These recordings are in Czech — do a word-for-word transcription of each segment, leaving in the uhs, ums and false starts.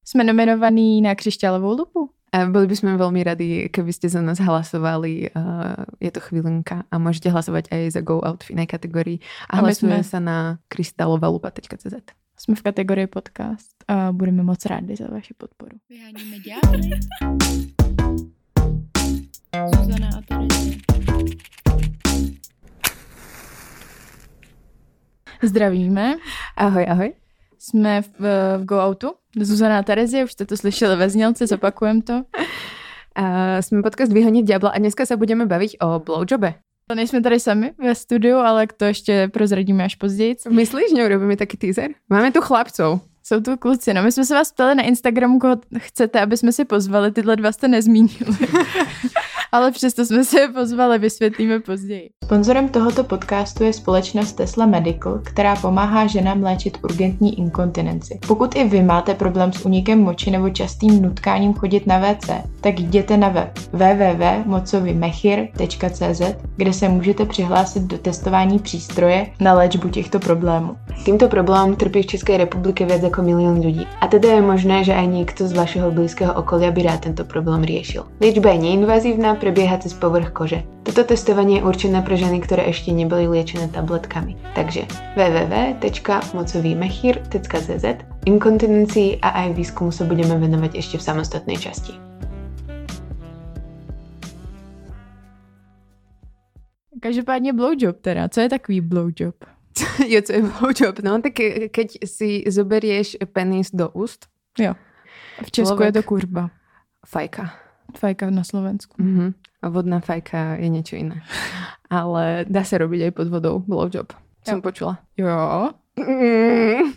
Jsme nominovaní na Křišťálovou lupu. A boli by sme veľmi radi, keby ste za nás hlasovali. Uh, je to chvíľinka a môžete hlasovať aj za Go Out v inej kategórii. A, a hlasuje sme... sa na krystálovalupa tečka cé zet. Jsme v kategorii podcast a budeme moc rádi za vaši podporu. Vyháníme ďábly. Zuzana a Terezie. Zdravíme. Ahoj, ahoj. Jsme v, v Go Outu. Zuzana a Terezie, už jste to slyšeli ve znělce, zopakujem to. A jsme podcast Vyhonit ďábla a dneska se budeme bavit o blowjobe. To nejsme tady sami ve studiu, ale to ještě prozradíme až později. Myslíš, neurobíme taky teaser? Máme tu chlapcov. Jsou tu kluci. No my jsme se vás ptali na Instagramu, koho chcete, aby jsme si pozvali. Tyhle dva jste nezmínili. Ale přesto jsme se je pozvali, vysvětlíme později. Sponzorem tohoto podcastu je společnost Tesla Medical, která pomáhá ženám léčit urgentní inkontinenci. Pokud i vy máte problém s únikem moči nebo častým nutkáním chodit na vé cé, tak jděte na web w w w tečka mocovimechir tečka cé zet, kde se můžete přihlásit do testování přístroje na léčbu těchto problémů. Týmto problémom trpí v České republike viac ako milión ľudí. A teda je možné, že aj niekto z vašeho blízkeho okolia by rád tento problém riešil. Liečba je neinvazívna, prebieha cez povrch kože. Toto testovanie je určené pre ženy, ktoré ešte neboli liečené tabletkami. Takže w w w tečka mocovimechir tečka cé zet. Inkontinencii a aj výskumu sa budeme venovať ešte v samostatnej časti. Každopádně blowjob teda. Co je takový blowjob? Jo, co je blowjob? No, tak keď si zoberieš penis do úst. Jo. V Česku človek... je to kurba. Fajka. Fajka na Slovensku. Uh-huh. A vodná fajka je niečo iné. Ale dá sa robiť aj pod vodou blowjob. Som jo. počula. Jo. Mm.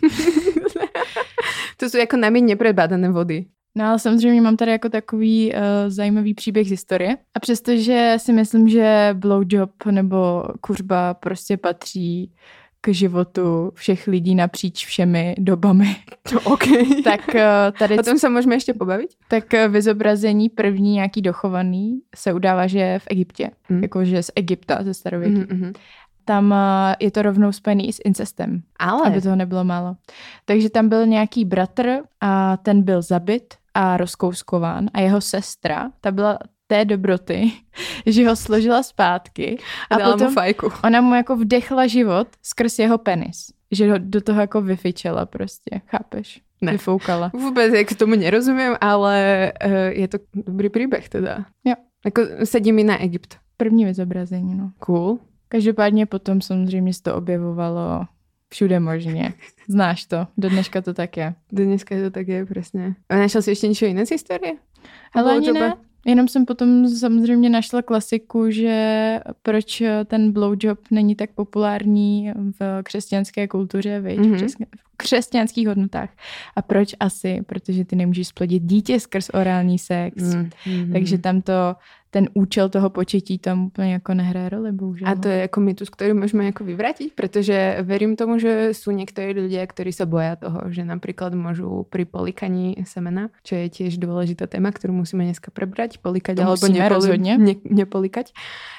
To jsou jako nami neprebádané vody. No ale samozřejmě mám tady jako takový uh, zajímavý příběh z historie. A přestože si myslím, že blowjob nebo kuřba prostě patří k životu všech lidí napříč všemi dobami. Okay. Tak uh, tady... O tom se můžeme ještě pobavit? Tak uh, vyzobrazení první nějaký dochovaný se udává, že je v Egyptě. Mm. Jakože z Egypta, ze starověku. Mm-hmm. Tam uh, je to rovnou spojený i s incestem. Ale. Aby toho nebylo málo. Takže tam byl nějaký bratr a ten byl zabit a rozkouskován a jeho sestra, ta byla té dobroty, že ho složila zpátky a, a potom mu fajku. Ona mu jako vdechla život skrz jeho penis. Že ho do toho jako vyfičela prostě, chápeš? Ne. Vyfoukala. Vůbec, jak tomu nerozumím, ale uh, je to dobrý příběh teda. Jo. Jako sedí mi na Egypt. První vyzobrazení, no. Cool. Každopádně potom samozřejmě se to objevovalo všude možně. Znáš to. Do dneška to tak je. Do dneska to tak je, přesně. A našel jsi ještě něco jiné z historie? Ale ani ne. Jenom jsem potom samozřejmě našla klasiku, že proč ten blowjob není tak populární v křesťanské kultuře, viď? Mm-hmm. V křesťanských hodnotách. A proč asi? Protože ty nemůžeš splodit dítě skrz orální sex. Mm-hmm. Takže tam to, ten účel toho početí tam úplně jako nehraje roli, bohužel. A to je jako mýtus, který můžeme jako vyvrátit, protože verím tomu, že jsou někteří lidé, kteří se bojí toho, že například můžou při polikaní semena, čo je tiež dôležitá téma, kterou musíme dneska prebrať, polikať alebo nepoli- ne, nepolikať,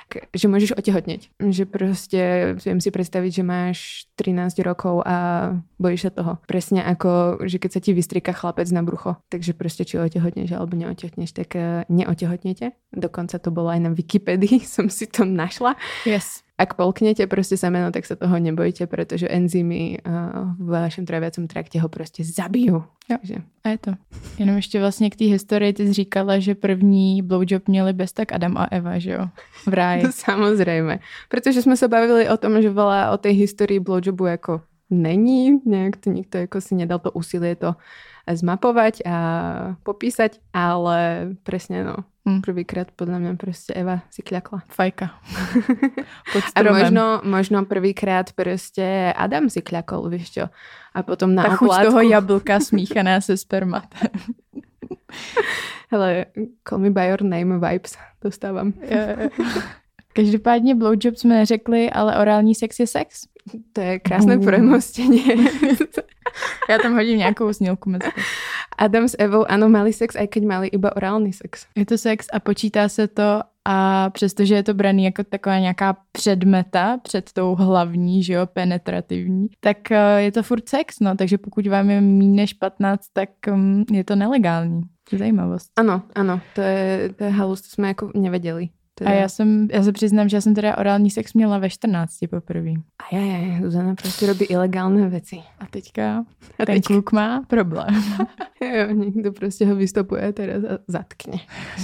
že můžeš otehotněť. Že prostě viem si představit, že máš trinásť rokov a bojíš sa toho. Presne ako, že keď sa ti vystrieka chlapec na brucho, takže prostě či otehotneš alebo neotehotneš, tak neotehotnete. Dokonca to bolo aj na Wikipedii, som si to našla. Yes. Ak polknete prostě semeno, tak sa toho nebojte, protože enzymy uh, v vašem traviacom trakte ho prostě zabijú. Jo. Takže. A je to. Jenom ještě vlastně k té historii ty jsi říkala, že první blowjob měli bez tak Adam a Eva, že jo? V ráji. To samozrejme. Protože jsme se bavili o tom, že veľa o tej historii blowjobu jako není. Nejak to nikto jako si nedal to úsilie to zmapovať a popísať, ale presne no. Hmm. Prvýkrát podľa mňa proste Eva si kľakla. Fajka. Pod stromem. A možno, možno prvýkrát proste Adam si kľakol, vieš čo. A potom na oplátku. Ta chuť toho jablka smíchaná se spermatem. Hele, call me by your name vibes dostávam. Každopádně blowjob jsme neřekli, ale orální sex je sex. To je krásné premostění. Já tam hodím nějakou snílku mezi. Adam s Evou, ano, mali sex, aj keď mali iba orální sex. Je to sex a počítá se to A přestože je to braný jako taková nějaká předmeta před tou hlavní, že jo, penetrativní, tak je to furt sex, no, takže pokud vám je méně než patnáct, tak um, je to nelegální. To je zajímavost. Ano, ano, to je, to je halus, to jsme jako nevěděli. Teda. A já jsem, já se přiznám, že já jsem teda orální sex měla ve čtrnácti poprvé. A já, já, Zuzana prostě robí ilegální věci. A teďka a ten teďka. kluk má problém. Jo, někdo prostě ho vystopuje, teda zatkne.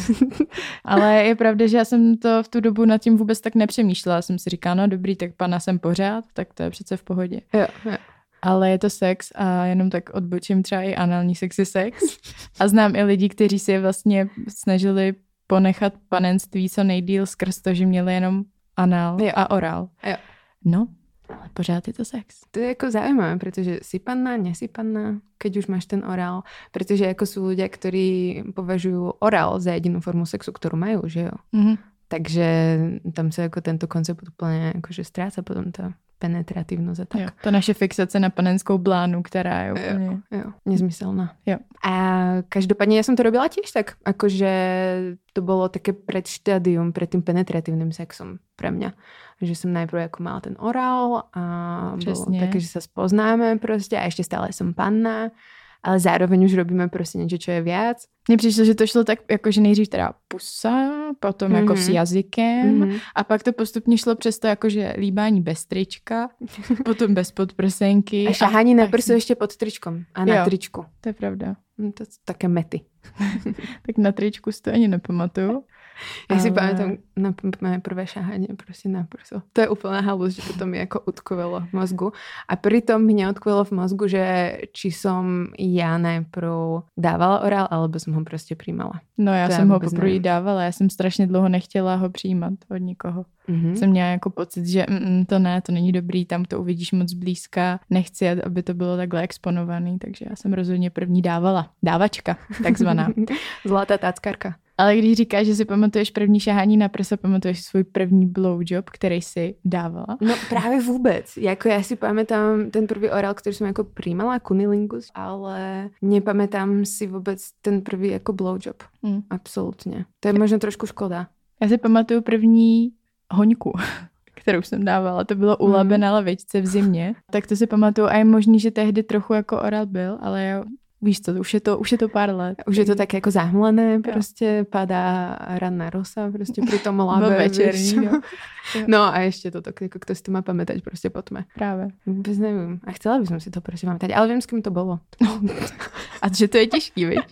Ale je pravda, že já jsem to v tu dobu nad tím vůbec tak nepřemýšlela. Jsem si říkala, no dobrý, tak pana jsem pořád, tak to je přece v pohodě. Jo, jo. Ale je to sex a jenom tak odbočím, třeba i anální sex je sex. A znám i lidi, kteří si je vlastně snažili ponechat panenství co nejdýl skrz to, že měli jenom anál jo. a orál. Jo. No, ale pořád je to sex. To je jako zaujímavé, pretože si panna, nesi panna, keď už máš ten orál. Pretože jako sú ľudia, ktorí považujú orál za jedinú formu sexu, ktorú majú, že jo? Mm-hmm. Takže tam se jako tento koncept úplně jakože ztráca potom ta penetrativnost a tak. Jo, to naše fixace na panenskou blánu, která je úplně... Jo, jo, nezmyselná. Jo. A každopádně já jsem to robila tiež tak, akože to bylo také predštadium pred tým penetratívnym sexom pre mňa. Že som najprv jako mala ten orál a Přesně. bylo také, že sa spoznáme prostě a ešte stále som panna, ale zároveň už robíme prostě niečo, čo je viac. Mně přišlo, že to šlo tak, jako že nejdřív teda pusa, potom mm-hmm. jako s jazykem mm-hmm. a pak to postupně šlo přes to jakože líbání bez trička, potom bez podprsenky. A šahání na prsu ještě pod tričkom a na jo, tričku. To je pravda. To jsou také mety. Tak na tričku si to ani nepamatuju. Já si ale... pamätám na moje prvé šahanie prostě na prso. To je úplná halus, že to mi jako utkvelo v mozgu. A pritom mi neutkvelo v mozgu, že či som ja najprv dávala orál, alebo som ho prostě přijímala. No já to jsem ho poprvé dávala, já jsem strašně dlouho nechtěla ho přijímat od nikoho. Mm-hmm. Jsem měla jako pocit, že mm, to ne, to není dobrý, tam to uvidíš moc blízka, nechci, aby to bylo takhle exponovaný, takže já jsem rozhodně první dávala. Dávačka, takzvaná. Zlatá táckarka. Ale když říkáš, že si pamatuješ první šahání na prsa, pamatuješ svůj první blowjob, který si dávala? No právě vůbec. Jako já si pamätám ten první orál, který jsem jako přijímala, kunilingus, ale nepamätám si vůbec ten první jako blowjob. Mm. Absolutně. To je možná trošku škoda. Já si pamatuju první hoňku, kterou jsem dávala. To bylo u mm. Labe na lavičce v zimě. Tak to si pamatuju a je možný, že tehdy trochu jako oral byl, ale já víš co, už je to, už je to pár let. Už je to tak jako zahmlené, prostě padá ranná rosa, prostě pri tom Labe. Večerní, no. No a ještě to tak, jako kto si to má pamätať prostě po tme. Právě. Vůbec nevím. A chcela by som si to prostě pamätať, ale vím, s kým to bylo. A že to je těžký, viď?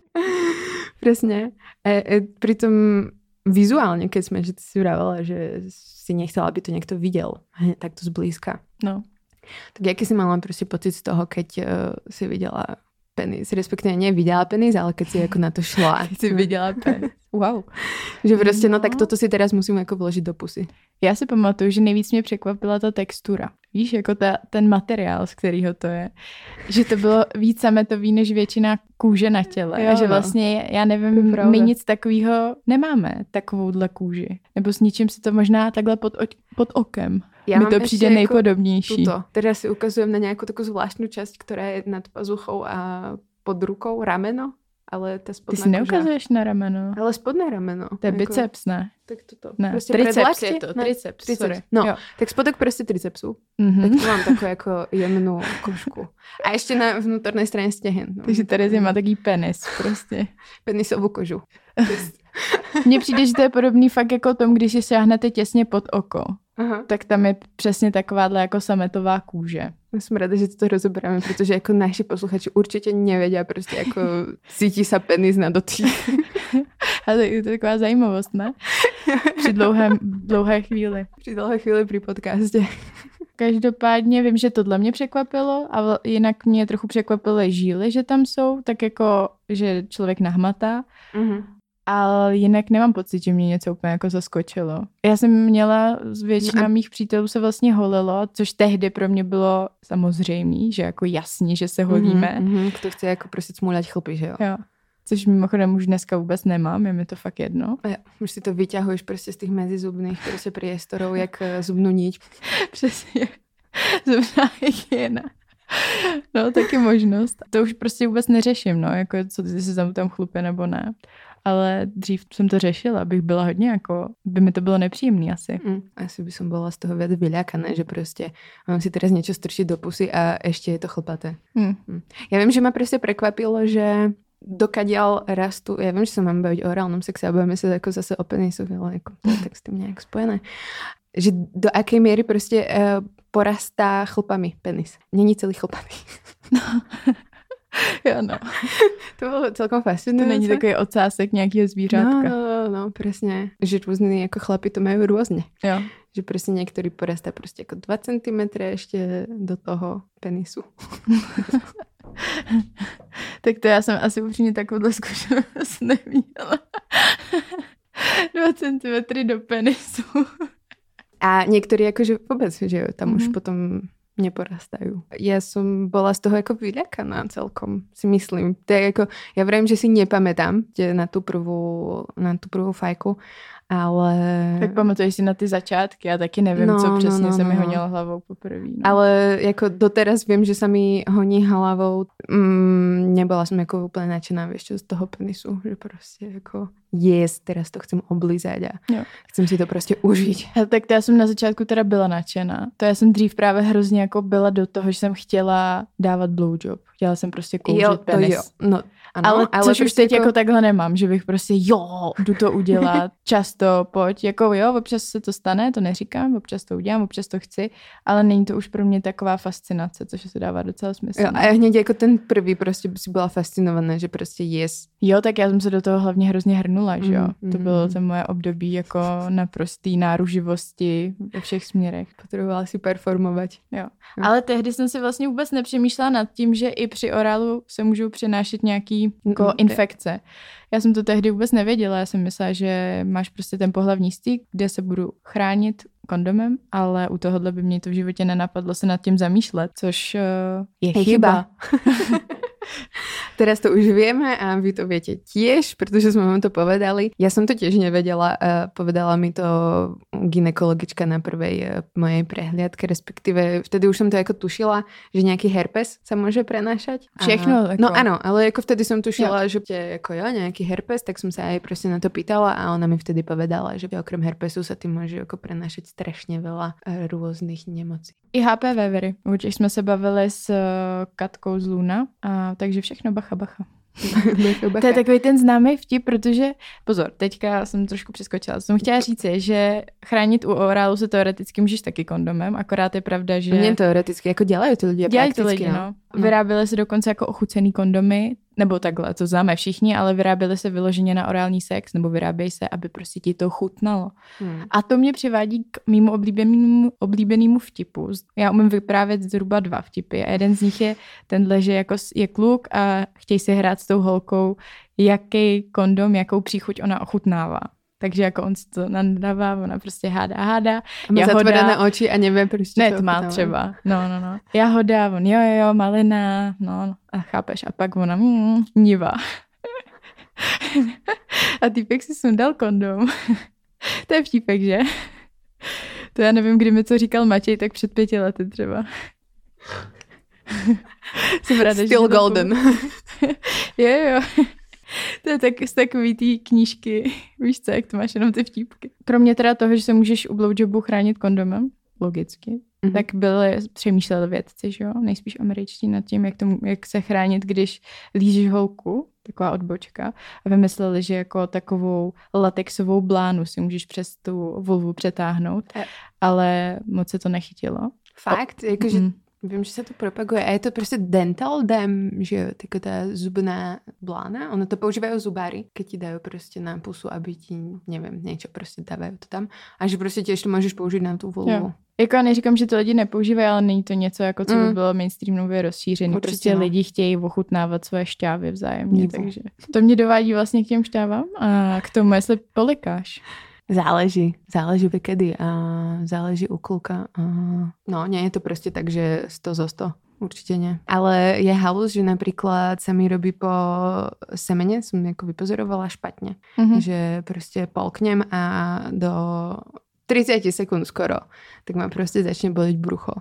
Presne. E, e, pritom vizuálne, keď sme, že ty si vravala, že si nechcela, aby to niekto videl takto zblízka. No. Tak jaký si mala prostě pocit z toho, keď uh, si viděla penis, respektive neviděla penis, ale keď si jako na to šla. Keď si viděla penis. Wow. Že prostě, no tak toto si teraz musím jako vložit do pusy. Já si pamatuju, že nejvíc mě překvapila ta textura. Víš, jako ta, ten materiál, z kterého to je. Že to bylo víc sametový, než většina kůže na těle. Jo, a že no. vlastně, já nevím, my nic takového nemáme, takovouhle kůži. Nebo s ničím si to možná takhle pod, pod okem. Já mi to přijde nejpodobnější. Tuto. Teda si ukazujem na nějakou takovou zvláštnu časť, která je nad pazuchou a pod rukou, rameno. Ale ta spodná Ty si neukazuješ na rameno. Ale spodné rameno. To je jako... biceps, ne? Tak toto. Ne, prostě triceps je to. Triceps, triceps. sorry. No, jo. tak spodok prostě tricepsu. Mm-hmm. Tak to mám takovou jako jemnou košku. A ještě na vnútorné straně stěhen. No. Takže Terezie má taký penis prostě. Penisovou kožu. Mně přijde, že to je podobný fakt jako tom, když si šáhnete těsně pod oko. Aha. Tak tam je přesně takováhle jako sametová kůže. Jsem ráda, že to rozoberáme, protože jako naši posluchači určitě nevědí prostě jako cítí se penis na dotyk. Ale je to taková zajímavost, ne? Při dlouhé, dlouhé chvíli. Při dlouhé chvíli při podcastě. Každopádně vím, že tohle mě překvapilo a jinak mě trochu překvapily žíly, že tam jsou, tak jako, že člověk nahmatá. Mhm. Ale jinak nemám pocit, že mě něco úplně jako zaskočilo. Já jsem měla, většina no a... mých přítelů se vlastně holilo, což tehdy pro mě bylo samozřejmé, že jako jasně, že se holíme. Mm-hmm, kdo chce jako prostě smůľať chlpy, že jo? Jo. Což mimochodem už dneska vůbec nemám, je mi to fakt jedno. Jo, už si to vyťahuješ prostě z těch mezizubných prostě priestorov, jak zubnú niť. Přesně. Zubná hygiena. No, taky možnost. To už prostě vůbec neřeším, no, jako co ty se tam tam chlupe nebo ne. Ale dřív jsem to řešila, abych byla hodně jako, by mi to bylo nepříjemný asi. Mm, asi by som bola z toho viac vyľakaná, že proste mám si teraz niečo strčiť do pusy a ešte je to chlpaté. Mm. Mm. Ja viem, že ma proste prekvapilo, že dokadiaľ rastú, ja viem, že sa máme baviť o orálnom sexe a bavíme sa ako zase o penisu, ale ako to je tak s tým nejak spojené. Že do akej miery proste uh, porastá chlpami penis. Není celý chlpavý. No. Jo, no. To bylo celkom fascinující. To není takový ocásek nějakého zvířátka. No, no, no, presne. Že různý jako chlapi to majú rôzne. Jo. Že prostě některý porastá prostě jako dva centimetry ještě do toho penisu. Tak to já jsem asi upřímně takovouhle zkušenost neměla. Dva centimetry do penisu. A některý jakože vůbec, že jo, tam mm-hmm. už potom neporastajú. Ja som bola z toho ako vyľakaná celkom, si myslím. To je ako, ja vravím, že si nepamätám na tú prvú, na tú prvú fajku, ale... Tak pamatuješ si na ty začátky, já taky nevím, no, co přesně no, no, se mi honilo hlavou poprvé. No. Ale jako doteraz vím, že sa mi honí hlavou. Mm, nebola som jako úplně nadšená, vieš čo, z toho penisu, že prostě jako yes, teraz to chcem oblízať a jo. Chcem si to prostě užít. A tak to já jsem na začátku teda byla nadšená. To já jsem dřív právě hrozně jako byla do toho, že jsem chtěla dávat blowjob. Chtěla jsem prostě kouřit jo, penis. Jo. No, ano, ale, ale což už prostě teď jako... jako takhle nemám, že bych prostě jo, jdu to udělat, často pojď, jako jo, občas se to stane, to neříkám, občas to udělám, občas to chci, ale není to už pro mě taková fascinace, což se dává docela smysl. Jo, a já hned jako ten prvý prostě si byla fascinovaná, že prostě yes. Jo, tak já jsem se do toho hlavně hrozně hrnula, že jo. Mm, to mm, bylo to moje období jako naprostý náruživosti ve všech směrech. Potřebovala si performovat. Jo. jo. Ale tehdy jsem si vlastně vůbec nepřemýšlela nad tím, že i při orálu se můžou přinášet nějaký jako mm, infekce. Já jsem to tehdy vůbec nevěděla, já jsem myslela, že máš prostě ten pohlavní styk, kde se budu chránit kondomem, ale u tohohle by mě to v životě nenapadlo se nad tím zamýšlet, což uh, je chyba. chyba. Teraz to už vieme a vy to viete tiež, pretože sme vám to povedali. Ja som to tiež nevedela. Povedala mi to gynekologička na prvej mojej prehliadke, respektíve vtedy už som to ako tušila, že nejaký herpes sa môže prenášať. Všechno. Ako... No áno, ale ako vtedy som tušila, jo. že ako jo, nejaký herpes, tak som sa aj proste na to pýtala a ona mi vtedy povedala, že okrem herpesu sa tým môže ako prenášať strašne veľa rôznych nemocí. I H P V viry. Určitě jsme se bavili s Katkou z Luna, a takže všechno bacha, bacha. To je takový ten známý vtip, protože, pozor, teďka jsem trošku přeskočila, jsem chtěla říct, že chránit u orálu se teoreticky můžeš taky kondomem, akorát je pravda, že... Nie teoreticky, jako dělají ty lidi. Dělají ty lidi, no. Vyráběly se dokonce jako ochucený kondomy, nebo takhle, to známe všichni, ale vyráběly se vyloženě na orální sex, nebo vyrábějí se, aby prostě ti to chutnalo. Hmm. A to mě přivádí k mému oblíbenému, oblíbenému vtipu. Já umím vyprávět zhruba dva vtipy a jeden z nich je tenhle, že jako je kluk a chtějí si hrát s tou holkou, jaký kondom, jakou příchuť ona ochutnává. Takže jako on si to nadává, ona prostě hádá, hádá. A má zatvorené oči a nevím, proč ne, to má třeba. No, no, no. Jahoda, on jo, jo, jo, malina, no, a chápeš. A pak ona, mm, niva. A týpek si sundal kondom. To je vtípek, že? To já nevím, kdy mi to říkal Matěj, tak před pěti lety třeba. Jsem ráda, Still golden. Jo, jo. To je tak z takový té knížky, víš co, jak to máš jenom ty vtípky. Kromě teda toho, že se můžeš u blowjobu chránit kondomem, logicky, mm-hmm. tak byly, přemýšleli vědci, že jo, nejspíš američtí nad tím, jak, to, jak se chránit, když lížeš holku, taková odbočka, a vymysleli, že jako takovou latexovou blánu si můžeš přes tu vulvu přetáhnout, ale moc se to nechytilo. Fakt? Jakože mm. Vím, že se to propaguje. A je to prostě dental dam, že taková ta zubná blána. Ono to používají zubári, keď ti dajú prostě na pusu, aby ti, nevím, něco prostě dávají to tam. A že prostě těž to můžeš použít na tu vulvu. Jo. Jako já neříkám, že to lidi nepoužívají, ale není to něco, jako co by mm. bylo mainstreamově rozšířené. Prostě no. Lidi chtějí ochutnávat své šťávy vzájemně, Nivo. Takže to mě dovádí vlastně k těm šťávám a k tomu, jestli polikáš. Záleží, záleží kedy a záleží u kluka. A... No, nie je to prostě tak, že sto zo sto. Určite nie. Ale je halus, že napríklad sa mi robí po semene, som jako vypozorovala špatne. Mm-hmm. Že prostě polknem a do tridsať sekúnd skoro, tak ma prostě začne boliť brucho.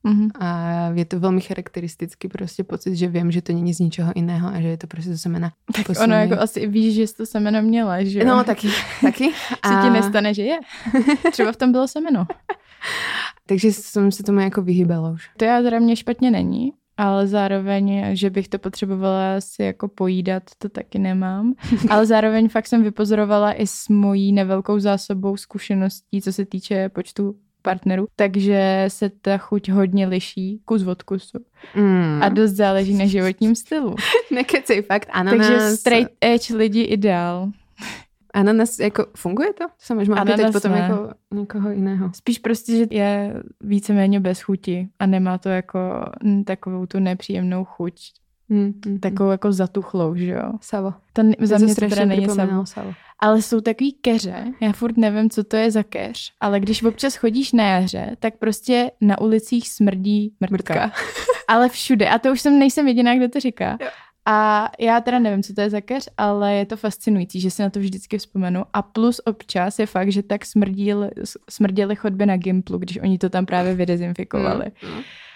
Mm-hmm. A je to veľmi charakteristický prostě pocit, že vím, že to není z ničeho iného a že je to prostě zo semena. Tak posunej. Ono jako asi víš, že jsi to semeno měla, že jo? No taky, taky. A... Se ti nestane, že je. Třeba v tom bylo semeno. Takže jsem se tomu jako vyhýbala už. To já teda mě špatně není, ale zároveň, že bych to potřebovala si jako pojídat, to taky nemám. Ale zároveň fakt jsem vypozorovala i s mojí nevelkou zásobou zkušeností, co se týče počtu partnerů, takže se ta chuť hodně liší kus od kusu. Mm. A dost záleží na životním stylu. Nekecej, fakt ananas. Takže straight edge lidi ideál. Ananas, jako funguje to? To se možná pýtať potom jako někoho jiného. Spíš prostě, že je víceméně bez chuti a nemá to jako takovou tu nepříjemnou chuť. Mm, mm, takovou jako zatuchlou, že jo? Savo. To ne, za mě to teda není savo. savo. Ale jsou takový keře, já furt nevím, co to je za keř, ale když občas chodíš na jaře, tak prostě na ulicích smrdí mrtka. mrtka. Ale všude. A to už jsem nejsem jediná, kdo to říká. Jo. A já teda nevím, co to je za keř, ale je to fascinující, že si na to vždycky vzpomenu. A plus občas je fakt, že tak smrdili, smrděli chodby na Gimplu, když oni to tam právě vydezinfikovali. Mm.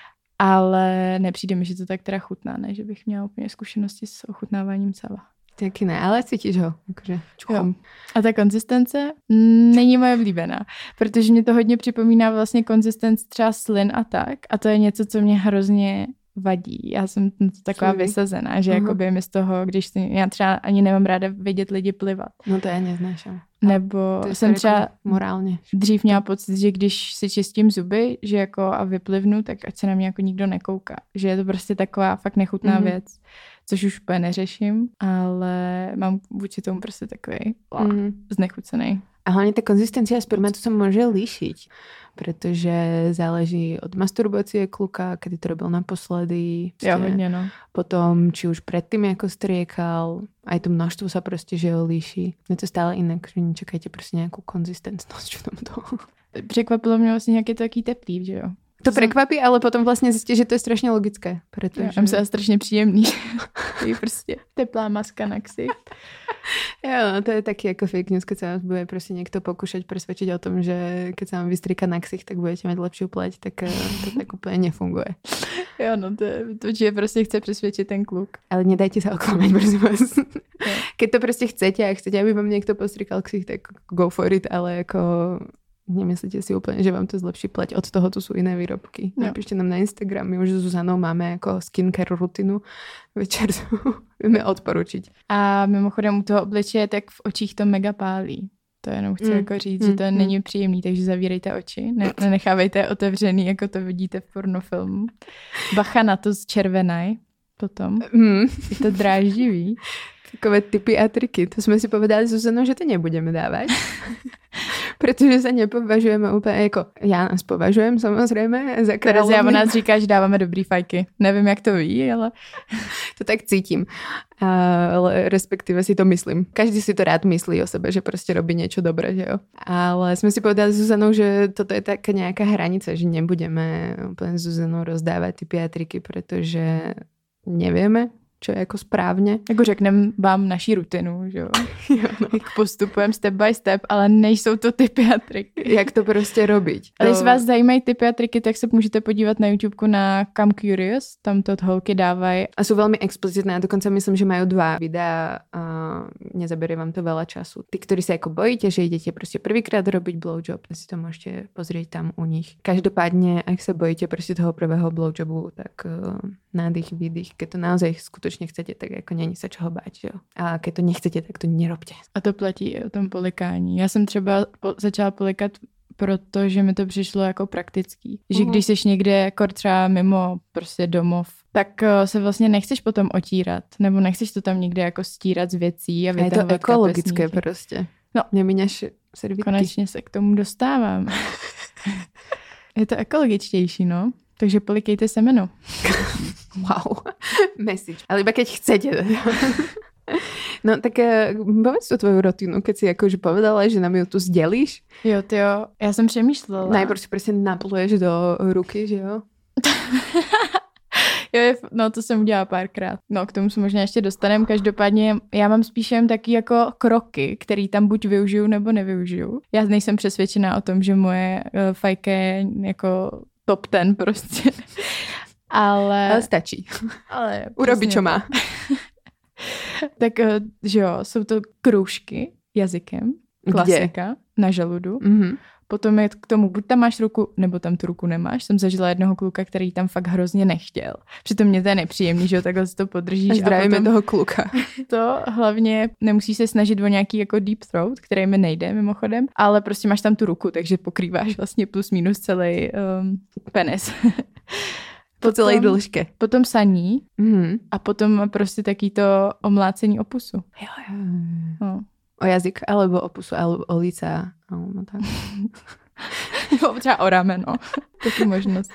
Ale nepřijde mi, že to tak teda chutná, ne? Že bych měla úplně zkušenosti s ochutnáváním sava. Taky ne, ale cítíš ho. Jakože jo. A ta konzistence není moje oblíbená, protože mě to hodně připomíná vlastně konzistenci třeba slin a tak. A to je něco, co mě hrozně vadí. Já jsem taková Sluví. vysazená, že uh-huh. jakoby mi z toho, když si, já třeba ani nemám ráda vidět lidi plivat. No to já neznášám. Nebo jsem třeba jako morálně. Dřív měla pocit, že když si čistím zuby, že jako a vyplivnu, tak ať se na mě jako nikdo nekouká. Že je to prostě taková fakt nechutná mm-hmm. věc, což už úplně neřeším, ale mám vůči tomu prostě takový mm-hmm. znechucený. A hlavně ta konzistencia spermatu sa môže líšiť, pretože záleží od masturbácie kluka, kedy to robil naposledy. Ja, hodne, no. Potom, či už predtým, ako striekal, aj to množstvo sa proste, že ho líši. Je to stále inak, že nečakajte proste nejakú konzistentnosť v tomto. Překvapilo mě vlastně nějaký taký teplý, že jo? To prekvapí, ale potom vlastně zjistí, že to je strašně logické. Protože... Já myslím, strašně příjemný. Je prostě teplá maska na ksicht. Jo, no, to je taky jako fake news, keď sa vás bude prostě někdo pokúšať presvedčiť o tom, že keď sa vám vystrika na ksicht, tak budete mať lepšiu pleť, tak to tak úplně nefunguje. Jo, no to, to že prostě chce přesvědčit ten kluk. Ale nedajte sa oklamať, prosím vás. Keď to prostě chcete a chcete, aby vám někdo postrikal ksicht, tak go for it, ale jako... Nemyslíte si úplne, že vám to zlepší pleť. Od toho tu sú iné výrobky. No. Napíšte nám na Instagram. My už s Zuzanou máme jako skincare rutinu. Večer vieme odporučiť. A mimochodem u toho obličeje tak v očích to mega pálí. To jenom chci mm. jako říct, mm. že to mm. není příjemný, takže zavírejte oči. Ne, nenechávejte je otevřený, jako to vidíte v pornofilmu. Bacha na to z červenaj potom. Mm. Je to dráždivý. Takové tipy a triky. To jsme si povedali s Zuzanou, že to nebudeme dávať. Protože se nepovažujeme úplně jako, já nás považujem samozřejmě za královnu. Terezia o nás říká, že dáváme dobrý fajky. Nevím, jak to ví, ale... To tak cítím. Ale respektive si to myslím. Každý si to rád myslí o sebe, že prostě robí něco dobré, že jo. Ale jsme si povedali s Zuzanou, že toto je taká nějaká hranice, že nebudeme úplně s Zuzanou rozdávat typy a triky, protože nevieme, čo je jako správně. Jako řekneme vám naší rutinu, že jo. jo no. Jak postupujeme step by step, ale nejsou to tipy a triky. Jak to prostě robiť. To... Ale jestli vás zajímají tipy a triky, tak se můžete podívat na YouTubeku na Come Curious, tam to holky dávají. A jsou velmi explicitné, a dokonce myslím, že mají dva videa a nezaberie vám to veľa času. Ty, ktorí sa jako bojíte, že idete prostě prvýkrát robiť blowjob, si to můžete pozrieť tam u nich. Každopádně, ak sa bojíte prostě toho prvého blowjobu, tak uh, nádych, výdych, keď to naozaj skutočne chcete, tak jako není sa čoho báť, že jo. A keď to nechcete, tak to nerobte. A to platí i o tom polikání. Já jsem třeba po- začala polikat, protože mi to přišlo jako praktický. Že uh-huh. když jsi někde jako třeba mimo prostě domov, tak se vlastně nechceš potom otírat, nebo nechceš to tam někde jako stírat z věcí a vytahovat. A je to ekologické kapesníky. Prostě. No, nemíňaš servítky. Konečně se k tomu dostávám. Je to ekologičtější, no. Takže polikejte semeno. Wow. Message. Ale iba keď chcete. No tak povedz tu tvoju rutinu, keď si akože povedala, že nám ju tu sdělíš. Jo, ty jo, já jsem přemýšlela. Najprv si prostě napluješ do ruky, že jo? Jo, no to jsem udělala párkrát. No k tomu se možná ještě dostaneme. Každopádně já mám spíš jen taky jako kroky, který tam buď využiju nebo nevyužiju. Já nejsem přesvědčená o tom, že moje uh, fajka je jako top ten prostě. Ale... Ale stačí. Ale urobí, čo má. Tak, že jo, jsou to kroužky jazykem, klasika, Kde? na žaludu. Mm-hmm. Potom je k tomu, buď tam máš ruku, nebo tam tu ruku nemáš. Jsem zažila jednoho kluka, který tam fakt hrozně nechtěl. Přitom mě to je nepříjemný, že jo, takhle si to podržíš. Zdravíme toho kluka. To hlavně nemusíš se snažit o nějaký jako deep throat, který mi nejde mimochodem, ale prostě máš tam tu ruku, takže pokrýváš vlastně plus minus celý um, penis. Po celé dĺžce. Potom saní mm-hmm. a potom prostě taky to omlácení o pusu. Jo, jo. No. O jazyk, alebo o pusu, alebo o líca. No, tak. Třeba o rameno. Taky možnost.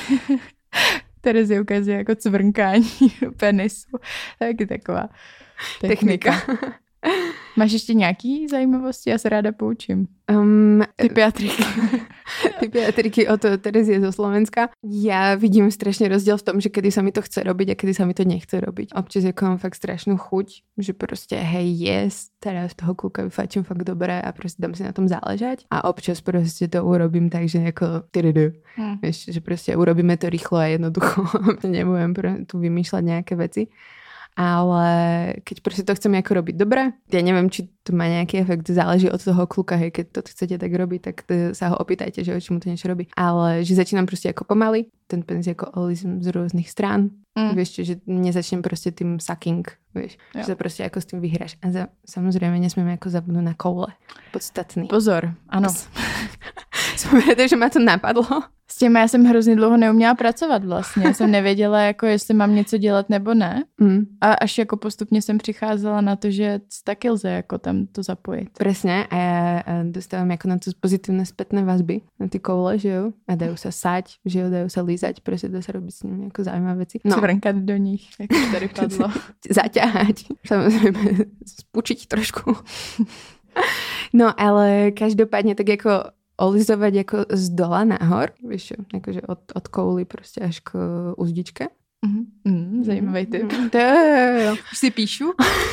Terezie ukazuje jako cvrnkání penisu. Taky taková technika. technika. Máš ještě nějaký zajímavosti? Já se ráda poučím. Um, Typiatriky. Typiatriky od Terezie zo Slovenska. Ja vidím strašne rozdiel v tom, že kedy sa mi to chce robiť a kedy sa mi to nechce robiť. Občas jako mám fakt strašnú chuť, že proste hej, yes, teraz toho kluka vyfajčím fakt dobré a proste dám si na tom záležať. A občas proste to urobím tak, že jako tyrydu. Hmm. Vieš, že proste urobíme to rýchlo a jednoducho. Nebudem tu vymýšľať nejaké veci. Ale keď proste to chceme ako robiť dobre, ja neviem, či to má nejaký efekt, záleží od toho kluka, hej, keď to chcete tak robiť, tak to, sa ho opýtajte, že či mu to niečo robí. Ale že začínam proste ako pomaly, ten penis ako olizm z rôznych strán, mm. vieš, že nezačnem proste tým sucking, vieš, jo. Že sa proste ako s tým vyhráš. A za, samozrejme nesmieme ako zabudnúť na koule. Podstatný. Pozor, ano. Som ráda, že ma to napadlo. S těma já jsem hrozně dlouho neuměla pracovat vlastně. Já jsem nevěděla, jako jestli mám něco dělat nebo ne. Mm. A až jako postupně jsem přicházela na to, že taky lze jako tam to zapojit. Presne. A ja dostávam jako na to pozitívne spätné vazby na ty koule, že jo. A dajú sa sať, že jo, dajú sa lízať. Proste dá sa robiť s nimi jako zaujímavé veci. No. Cvrnkať do nich, jak to tady padlo. Zaťahať. Samozrejme, spučiť trošku. No, ale každopádne tak jako olizovať jako z dola nahor, vieš čo, akože od, od kouly prostě až k uzdičke. Mm, mm, zajímavý tip. Mm, to jo. Už si píšu.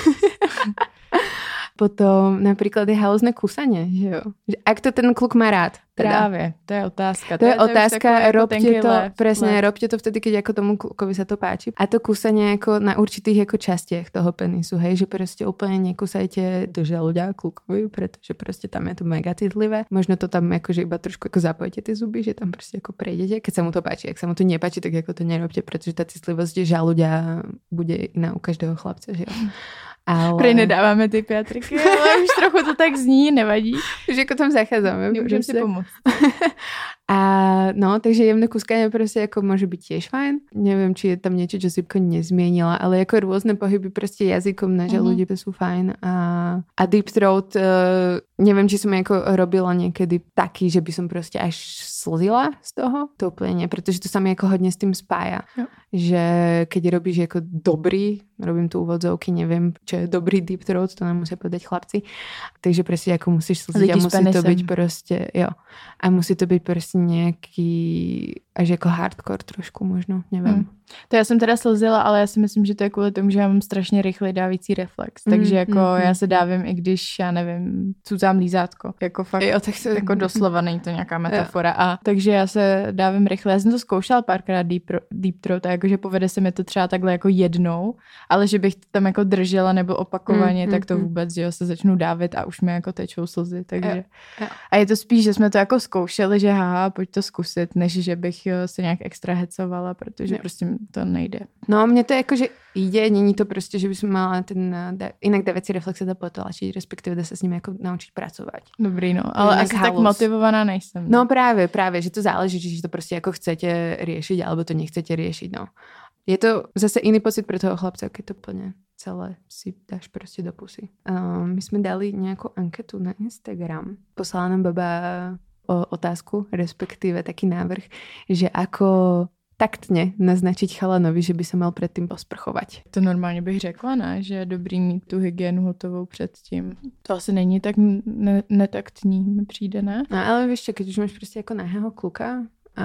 Potom napríklad je halúzne kúsanie, že jo. Že ak to ten kluk má rád. Teda. Právě, to je otázka. To je, to je otázka, jako robte to, lev, presne, lev. robte to vtedy, keď ako tomu klukovi sa to páči. A to kúsanie ako na určitých jako častiach toho penisu, hej, že proste úplne nekúsajte do žaluďa klukovi, pretože proste tam je to mega citlivé. Možno to tam akože iba trošku ako zapojite tie zuby, že tam proste ako prejdete, keď sa mu to páči. Ak sa mu to nepáči, tak ako to nerobte, pretože tá citlivosť žaluďa bude iná u každého chlapca, že jo. Ale... Prej nedáváme ty Piatriky, ale už trochu to tak zní, nevadí. Už jako tam zachádzame. Nemôžem si pomôcť. A no, takže jemné kuskanie proste ako môže byť tiež fajn. Neviem, či je tam niečo, čo si nezmienila, ale ako rôzne pohyby proste jazykom na žalúdi mm-hmm. sú fajn. A, a deep throat, uh, neviem, či som ako robila niekedy taký, že by som proste až slzila z toho. To úplne nie, pretože to sa mi ako hodne s tým spája. Jo. Že keď robíš ako dobrý, robím tu úvodzovky, neviem, čo je dobrý deep throat, to nám musia povedať chlapci. Takže proste ako musíš slziť a musí to byť proste, jo. A musí to byť proste nejaký až jako hardcore trošku možno, nevím. Hmm. To já jsem teda slzila, ale já si myslím, že to je kvůli tomu, že já mám strašně rychlý dávící reflex. Mm, takže jako mm, já se dávím, i když, já nevím, cucám lízátko. Jako fakt, jo, tak se... jako doslova, není to nějaká metafora. Jo. A takže já se dávím rychle. Já jsem to zkoušela párkrát deep, deep throat, a jakože povede se mi to třeba takhle jako jednou, ale že bych to tam jako držela nebo opakovaně, mm, tak to vůbec, že jo, se začnu dávit a už mi jako tečou slzy. Takže... Jo. Jo. A je to spíš, že jsme to jako zkoušeli, že haha, pojď to zkusit, než že bych se nějak extra hecovala, protože jo. prostě to nejde. No, mne to jako, že ide, není to prostě, že by som mala ten, da, inak dávací reflexe dá potlačiť, respektíve dá sa s ním jako naučiť pracovať. Dobrý, no, ale asi halus. Tak motivovaná nejsem. No práve, práve, že to záleží, či to prostě jako chcete riešiť, alebo to nechcete riešiť, no. Je to zase iný pocit pre toho chlapca, keď to plne celé si dáš prostě do pusy. Um, my sme dali nejakú anketu na Instagram. Poslala nám baba o otázku, respektíve taký návrh, že ako taktně naznačiť chalanovi, že by se mal předtím posprchovat. To normálně bych řekla, ne? Že je dobrý mít tu hygienu hotovou předtím. To asi není tak ne- netaktní, mi přijde, ne? No ale víš čo, keď už máš prostě jako nahého kluka a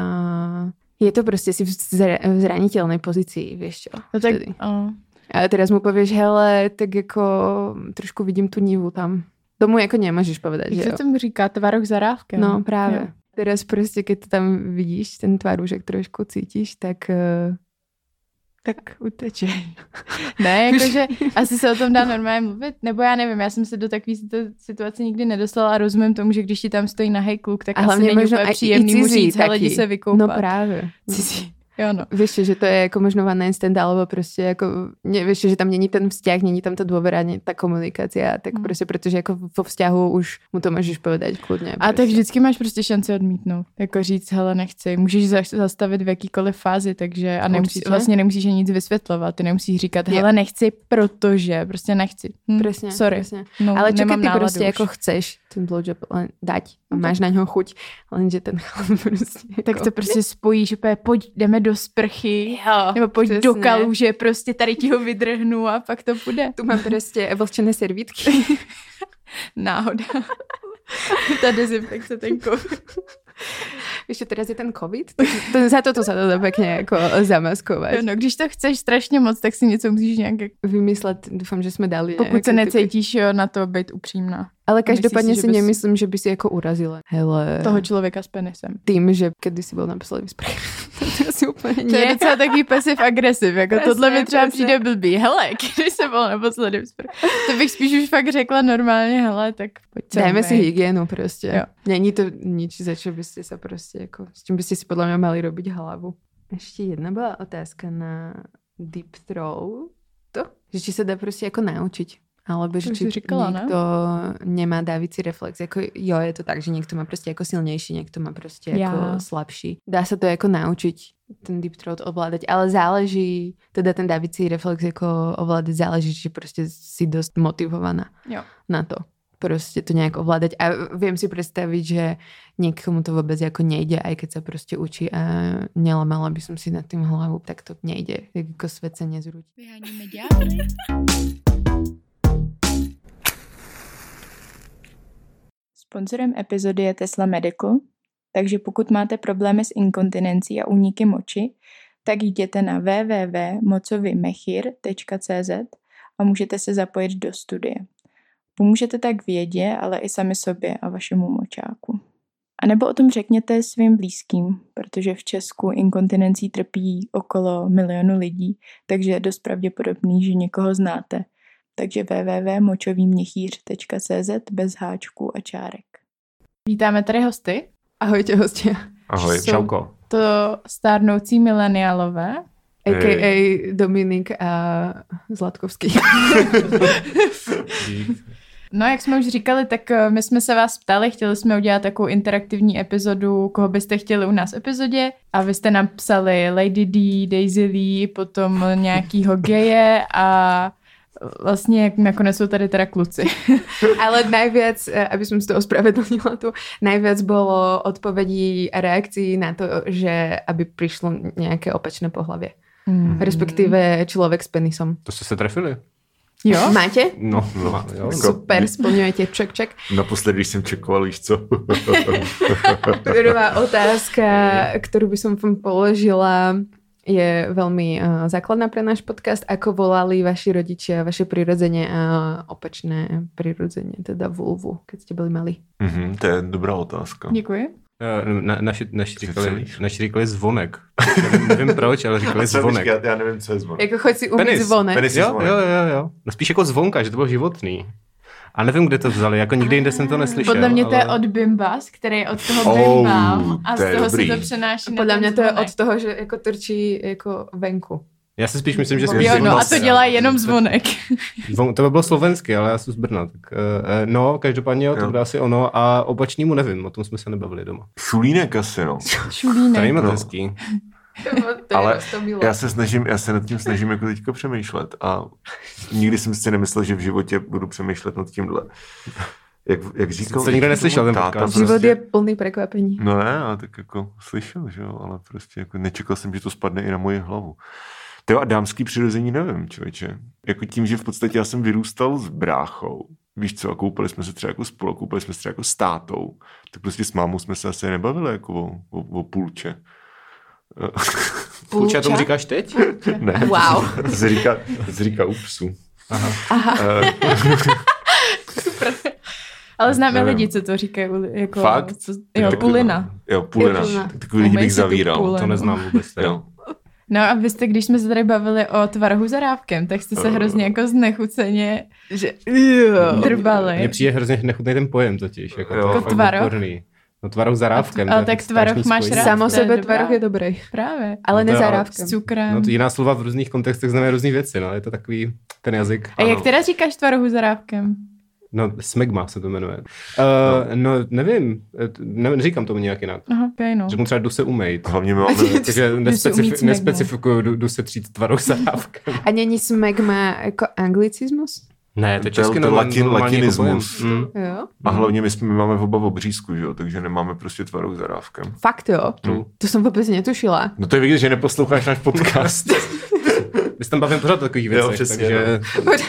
je to prostě si v, zra- v zranitelnej pozícii, víš čo? No tak, a... Ale teraz mu povieš, hele, tak jako trošku vidím tu nivu tam. Tomu jako nemůžeš povedať, jak že jo? Jak se tomu říká, tvaroh zarávkem. No právě. Jo. Teraz prostě, keď to tam vidíš, ten tvarůžek trošku cítíš, tak... Uh... Tak uteče. Ne, jakože asi se o tom dá normálně mluvit, nebo já nevím, já jsem se do takové situace nikdy nedostala a rozumím tomu, že když ti tam stojí nahej kluk, tak a asi není úplně příjemný mu říct, hele, jdi se vykoupat. No právě. Cizí. Jo, no. Víš, že to je jako možno one instant, alebo prostě jako, ne, víš, že tam není ten vzťah, není tam ta dôvera, není ta komunikácia, tak mm. prostě, protože jako vo vzťahu už mu to můžeš povedať kludně. A prostě. Tak vždycky máš prostě šanci odmítnout, jako říct, hele, nechci, můžeš zastavit v jakýkoliv fázi, takže a nemusí, vlastně nemusíš nic vysvětlovat, ty nemusíš říkat, hele, nechci, protože, prostě nechci. Hm, presne, sorry. Presne. No, ale čo keď ty prostě už. Jako chceš ten blowjob len dať a máš na něho chuť, lenže ten chlap prostě jako... Tak to prostě spojíš, úplně pojď, jdeme do sprchy, jo, nebo pojď přesně. Do kaluže, prostě tady ti ho vydrhnu a pak to půjde. Tu mám prostě vlčené servítky. Náhoda. Ta dezinfekce, ten covid. Víš, že teraz je ten covid, to, za toto sa to dá pekne jako zamaskovat. Jo, no, když to chceš strašně moc, tak si něco musíš nějak vymyslet. Doufám, že jsme dali. Pokud se necítíš jo, na to být upřímná. Ale každopádně si, si bys... nemyslím, že by si jako urazila. Hele. Toho člověka s penisem. Tým, že kedy si byl naposledy vyspray. To asi úplně to je docela takový pasiv agresiv. Jako presne, tohle mi třeba presne. Přijde blbý. Hele, když se byl naposledy vyspray. To bych spíš už fakt řekla normálně, hele, tak pojď se dajme si hygienu prostě. Jo. Není to nič, za čo byste se prostě jako, s čím byste si podle mě mali robiť hlavu. Ještě jedna byla otázka na deep throat. To, že či se dá prostě jako naučiť. Alebo že či říkala, niekto ne? Nemá dávicí reflex. Jako, jo, je to tak, že někdo má prostě jako silnější, někdo má prostě jako ja. Slabší. Dá se to jako naučiť ten deep throat ovládať, ale záleží, teda ten dávicí reflex jako ovládať záleží, že prostě si dost motivovaná jo. Na to. Prostě to nějak ovládať. A viem si představit, že někomu to vůbec jako nejde, aj keď sa prostě učí a nelamala by som si nad tým hlavu, tak to nejde. Jako svět se nezrúti. Vyháníme ďábly. Sponzorem epizody je Tesla Medical, takže pokud máte problémy s inkontinencí a úniky moči, tak jděte na w w w tečka mocovimechir tečka c z a můžete se zapojit do studie. Pomůžete tak vědě, ale i sami sobě a vašemu močáku. A nebo o tom řekněte svým blízkým, protože v Česku inkontinencí trpí okolo milionu lidí, takže je dost pravděpodobný, že někoho znáte. Takže w w w tečka močovýměchýř tečka c z bez háčků a čárek. Vítáme tady hosty. Ahojte hosti. Ahoj, čauko. To stárnoucí mileniálové. á ká á Dominik a Zlatkovský. No, jak jsme už říkali, tak my jsme se vás ptali, chtěli jsme udělat takovou interaktivní epizodu, koho byste chtěli u nás v epizodě a vy jste nám psali Lady D, Daisy Lee, potom nějakýho geje a vlastně jak nakonec jsou tady teda kluci. Ale najviac, aby som si to ospravedlnila tu, najviac bolo odpovedí a reakcií na to, že aby prišlo nejaké opačné pohlavie. Mm. Respektíve človek s penisom. To ste sa trefili? Jo? Máte? No, no jo. Super, splňujete, ček, ček. Naposledy, když jsem čekoval, víš co? Prvá otázka, ktorú by som vám položila, je veľmi uh, základná pre náš podcast. Ako volali vaši rodičia, vaše prirodzenie a opačné prirodzenie, teda vulvu, keď ste byli malí? Mm-hmm, to je dobrá otázka. Děkuji. Na, naši, naši, říkali, naši říkali zvonek. nevím, nevím proč, ale říkali zvonek. Já, já nevím, co je zvonek. Jako choď si umít zvonek. Penis jo, jo, jo, jo. No spíš jako zvonka, že to bylo životný. A nevím, kde to vzali, jako nikdy jinde jsem to neslyšel. Podle mě to ale... je od Bimbas, který je od toho oh, Bimba a z toho dobrý. si to přenáší na podle mě to je zvonek. od toho, že jako trčí jako venku. Já si spíš myslím, že spíš jo, no a to dělá jenom zvonek. Zvon, to by bylo slovensky, ale já jsem z Brna. Tak, uh, no, každopádně jo, to bude asi ono a opačnému nevím, o tom jsme se nebavili doma. Šulínek asi, no. Šulínek. To je moc hezký. Ale já se snažím, já se nad tím snažím jako teďko přemýšlet a nikdy jsem si nemyslel, že v životě budu přemýšlet nad tímhle. Jak, jak říkal... To nikdo neslyšel, ten podcast. Prostě... Život je plný překvapení. No ne, ale tak jako slyšel, že jo, ale prostě jako nečekal jsem, že to spadne i na moji hlavu. To a dámský přirození nevím, člověče. Jako tím, že v podstatě já jsem vyrůstal s bráchou. Víš co, a koupili jsme se třeba jako spolu, koupili jsme se třeba jako s tátou. Tak prostě s mámou jsme se asi nebavili jako o, o, o půlče. Půlče, tomu říkáš teď? Půlče. Ne, wow. to se říká, to se říká u psů. Aha. Aha. Super. Ale Ale známe lidi, co to říkají. Jako, Fakt? Co, jo, pulina. Jo, pulina. Takový lidi bych zavíral. To neznám vůbec. Jo. No a vy jste, když jsme se tady bavili o tvarhu zarávkem, tak jste se hrozně jako znechuceně že drbali. Mně přijde hrozně nechutný ten pojem totiž. Jako, jo. to jako tvaroh. No tvaroh zarávkem. Ale tak tvaroh máš rád. Samo sebe tvaroh je dobrý. Právě. Ale no ne zarávkem. S cukrem. No to jiná slova v různých kontextech znamená různý věci, no. Je to takový ten jazyk. A jak teda říkáš tvarohu zarávkem? No, smegma se to jmenuje. Uh, no. no, nevím, ne, neříkám tomu nějak jinak. Aha, okay, no. Řeknu třeba jdu se umejt. Hlavně máme... Takže nespecif- nespecifikuju, jdu, jdu se třít tvarou zarávkem. A není smegma jako anglicismus? Ne, to je česky to latin, normální latinismus. Jako mm. Jo. A hlavně my, jsme, my máme oba v obřízku, že jo? Takže nemáme prostě tvaroh zarávkem. Fakt jo? Mm. To jsem vůbec netušila. No to je vidět, že neposloucháš náš podcast. My se tam bavím pořád o takových věcech, jo, přesně, takže...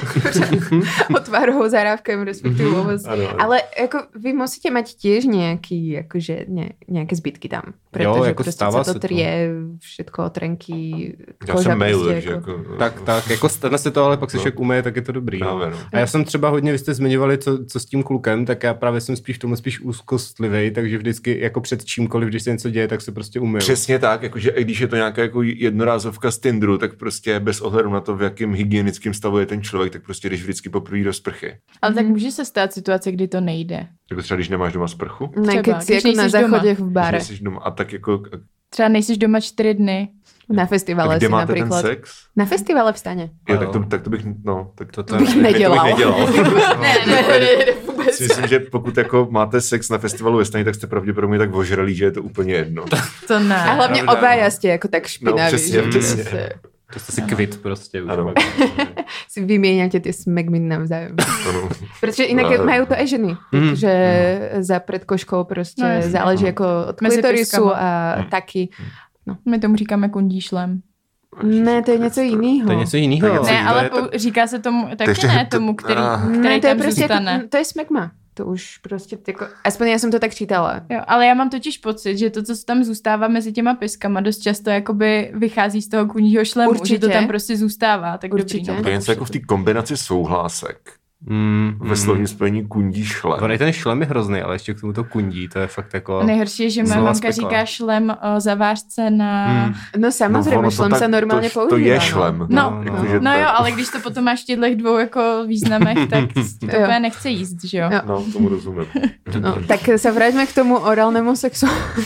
O tvarohu zarávkem, respektive vůbec. Ano, ano. Ale jako vy musíte mať tiež nejaký, akože ne, nejaké zbytky tam. Pretože jo, jako prostě stává sa to se to. trie, všetko, trenky, Já koža jsem mail, prostě že jako... jako... Tak, tak, jako stane se to, ale pak se No. člověk umeje, tak je to dobrý. No. Právě, no. A já jsem třeba hodně, vy jste zmiňovali, co, co s tím klukem, tak já právě jsem spíš tomu spíš úzkostlivej, takže vždycky jako před čímkoliv, když se něco děje, tak se prostě umyju. Přesně tak, jakože i když je to nějaká jako jednorázovka z Tinderu, tak prostě bez ohledu na to, v jakém hygienickém stavu je ten člověk, tak prostě jdeš vždycky poprvé do sprchy. Ale tak může se stát situace, kdy to nejde. Jako třeba když nemáš doma sprchu, Ne, Třeba, keď si když jako na nejseš doma. záchodě v když bare. jsi doma a tak jako... Třeba nejsiš doma čtyři dny. Na A festivale kde si máte ten napríklad. sex? Na festivale v Stane. Jo, tak to, tak to bych, no, tak to, To bych ne- nedělal. To bych nedělal. Ne, ne, ne, ne, vůbec. Si myslím, že pokud jako máte sex na festivalu ve Staně, tak jste pravděpodobně tak ožralí, že je to úplně jedno. To ne. A hlavně Pravda, obaja no. ste jako tak špinaví. No, přesně, že přesně. prostě To jste si kvit prostě. Už Ano. pak. si vymieňate tie smegmy navzájem. Ano. Protože inak No. majú to aj ženy. Mm. Že za predkoškou prostě No, jasně. záleží No. jako od Mezi klitorisu piskama. a Mm. taky. My tomu říkáme kundíšlem. Ne, to je něco jiného. To je něco jiného. To je něco Ne, ale jiné, po, říká se tomu taky ještě- ne tomu, který, Ah. který Ne, to je tam prostě zůstane. jako, to je smegma. To už prostě jako, aspoň já jsem to tak čítala. Jo, ale já mám totiž pocit, že to, co tam zůstává mezi těma piskama, dost často jakoby vychází z toho kůního šlemu, Určitě. že to tam prostě zůstává. Tak Určitě. dobrý, no. To je něco jako v té kombinaci souhlásek. Mm, Ve slovním spojení kundí šlem. On i ten šlem je hrozný, ale ještě k tomu to kundí, to je fakt jako... Nejhorší je, že má Znova mamka spekla. říká šlem o zavážce na... Hmm. No samozřejmě, ono no, to šlem tak- se normálně to, používá. To je no. šlem. No, no. Jakože No tak- jo, ale když to potom máš v těchto dvou jako významech, tak to Jo. úplně nechce jíst, že jo? Jo. No, tomu rozumím. No, tak se vraťme k tomu orálnemu sexu.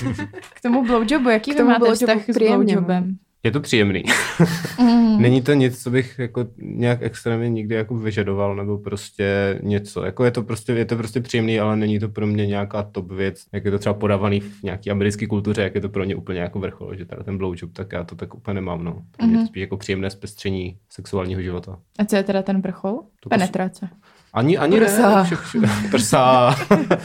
K tomu blowjobu, jaký K vy tomu máte blowjobu vztah s příjemnému. blowjobem? Je to příjemný. Mm. Není to nic, co bych jako nějak extrémně nikdy jako vyžadoval, nebo prostě něco. Jako je to prostě, je to prostě příjemný, ale není to pro mě nějaká top věc, jak je to třeba podávaný v nějaký americké kultuře, jak je to pro ně úplně jako vrchol, že teda ten blowjob, tak já to tak úplně nemám, no. Pro mě je to spíš jako příjemné zpestření sexuálního života. A co je teda ten vrchol? To Penetrace. Ani, ani Prsa. ne. Vše, vše, prsa.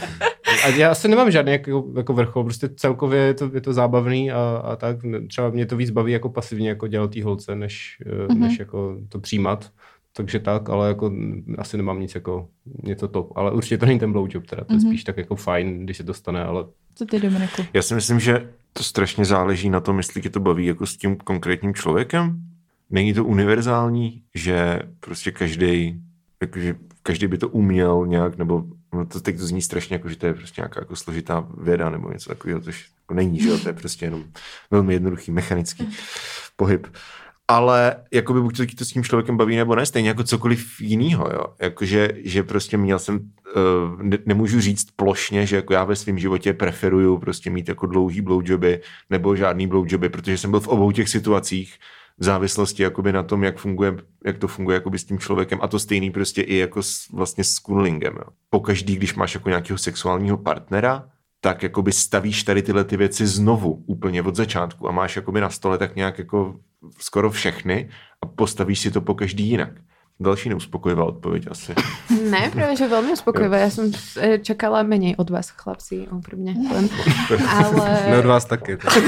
A já asi nemám žádný jako, jako vrchol, prostě celkově je to, je to zábavný a, a tak. Třeba mě to víc baví jako pasivně jako dělat tý holce, než, mm-hmm. než jako to přijímat. Takže tak, ale jako asi nemám nic jako něco top. Ale určitě to není ten blowjob, teda to je Mhm. spíš tak jako fajn, když se to stane, ale Co ty, Dominiku? Já si myslím, že to strašně záleží na tom, jestli tě to baví jako s tím konkrétním člověkem. Není to univerzální, že prostě každý, jakože každý by to uměl nějak, nebo no to teď to zní strašně jako, že to je prostě nějaká jako složitá věda nebo něco takového, což jako není, že jo, to je prostě jenom velmi jednoduchý mechanický pohyb. Ale jakoby buď to, to s tím člověkem baví nebo ne, stejně jako cokoliv jinýho, jo. Jakože, že prostě měl jsem, uh, ne, nemůžu říct plošně, že jako já ve svém životě preferuju prostě mít jako dlouhý blowjoby nebo žádný blowjoby, protože jsem byl v obou těch situacích v závislosti jakoby na tom, jak funguje, jak to funguje jakoby s tím člověkem a to stejný prostě i jako s, vlastně s kunlingem, jo. Pokaždý, když máš jako nějakého sexuálního partnera, tak jakoby stavíš tady tyhle ty věci znovu úplně od začátku a máš jakoby na stole tak nějak jako skoro všechny a postavíš si to po každý jinak. Další neuspokojivá odpověď asi. Ne, právě, že velmi uspokojivé. Já jsem eh, čekala méně od vás, chlapci, opravně. Len. Ale... ne od vás taky. To.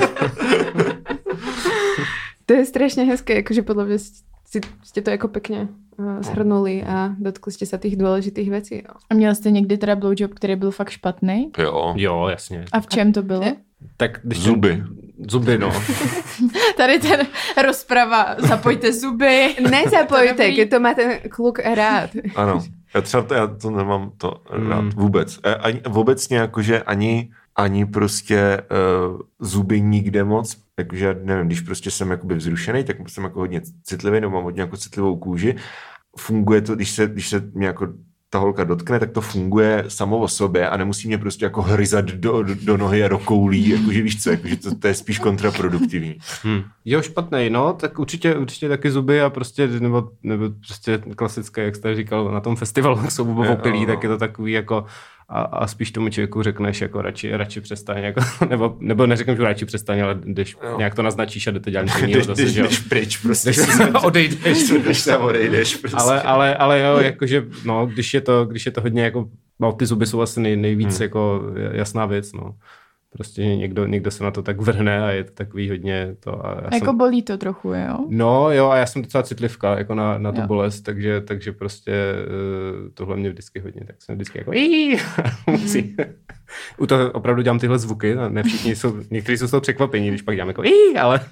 To je strašně hezké, jakože podle mě si, jste to jako pěkně uh, shrnuli a dotkli jste se těch důležitých věcí. Jo. A měl jste někdy teda blowjob, který byl fakt špatný? Jo. Jo, jasně. A v čem to bylo? Tak když Zuby. Zuby, no. Tady ten rozprava, zapojte zuby. Nezapojte, To dobrý. keď to má ten kluk rád. Ano. Já třeba to, já to nemám to rád mm. vůbec. Ani, obecně jakože ani, ani prostě uh, zuby nikde moc, jakože nevím, když prostě jsem jakoby vzrušený, tak jsem jako hodně citlivý, nebo mám hodně jako citlivou kůži. Funguje to, když se, když se mě jako ta holka dotkne, tak to funguje samo o sobě a nemusí mě prostě jako hryzat do, do, do nohy a do koulí, jakože víš co, jakože to, to je spíš kontraproduktivní. Hmm. Jo, špatnej, no, tak určitě, určitě taky zuby a prostě, nebo, nebo prostě klasické, jak jste říkal, na tom festivalu jsou opilí, tak je to takový jako a, a spíš tomu člověku řekneš jako radši, radši přestaň, jako, nebo, nebo neřekneš, že radši přestaň, ale když jo. nějak to naznačíš a jdete dělat něco jiného zase, jdeš, že jo. Jdeš pryč, prostě. Odejdeš. Když se odejdeš, prostě. Ale, ale, ale jo, jakože, no, když je to, když je to hodně jako, no, ty zuby jsou asi nej, nejvíc hmm. jako jasná věc, no. Prostě někdo, někdo se na to tak vrhne a je to takový hodně to. A já jako jsem, bolí to trochu, jo? No jo, a já jsem docela citlivka jako na, na tu jo. bolest, takže, takže prostě uh, tohle mě vždycky hodně, tak jsem vždycky jako iii, musí. U toho opravdu dělám tyhle zvuky, a ne všichni jsou, někteří jsou z toho překvapení, když pak dělám jako iii, ale...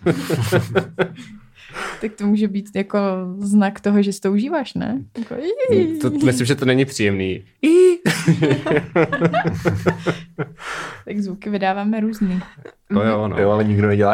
Tak to může být jako znak toho, že si to užíváš, ne? Jako, to, myslím, že to není příjemný. Tak zvuky vydáváme různý. To jo, no. Jo, ale nikdo nedělá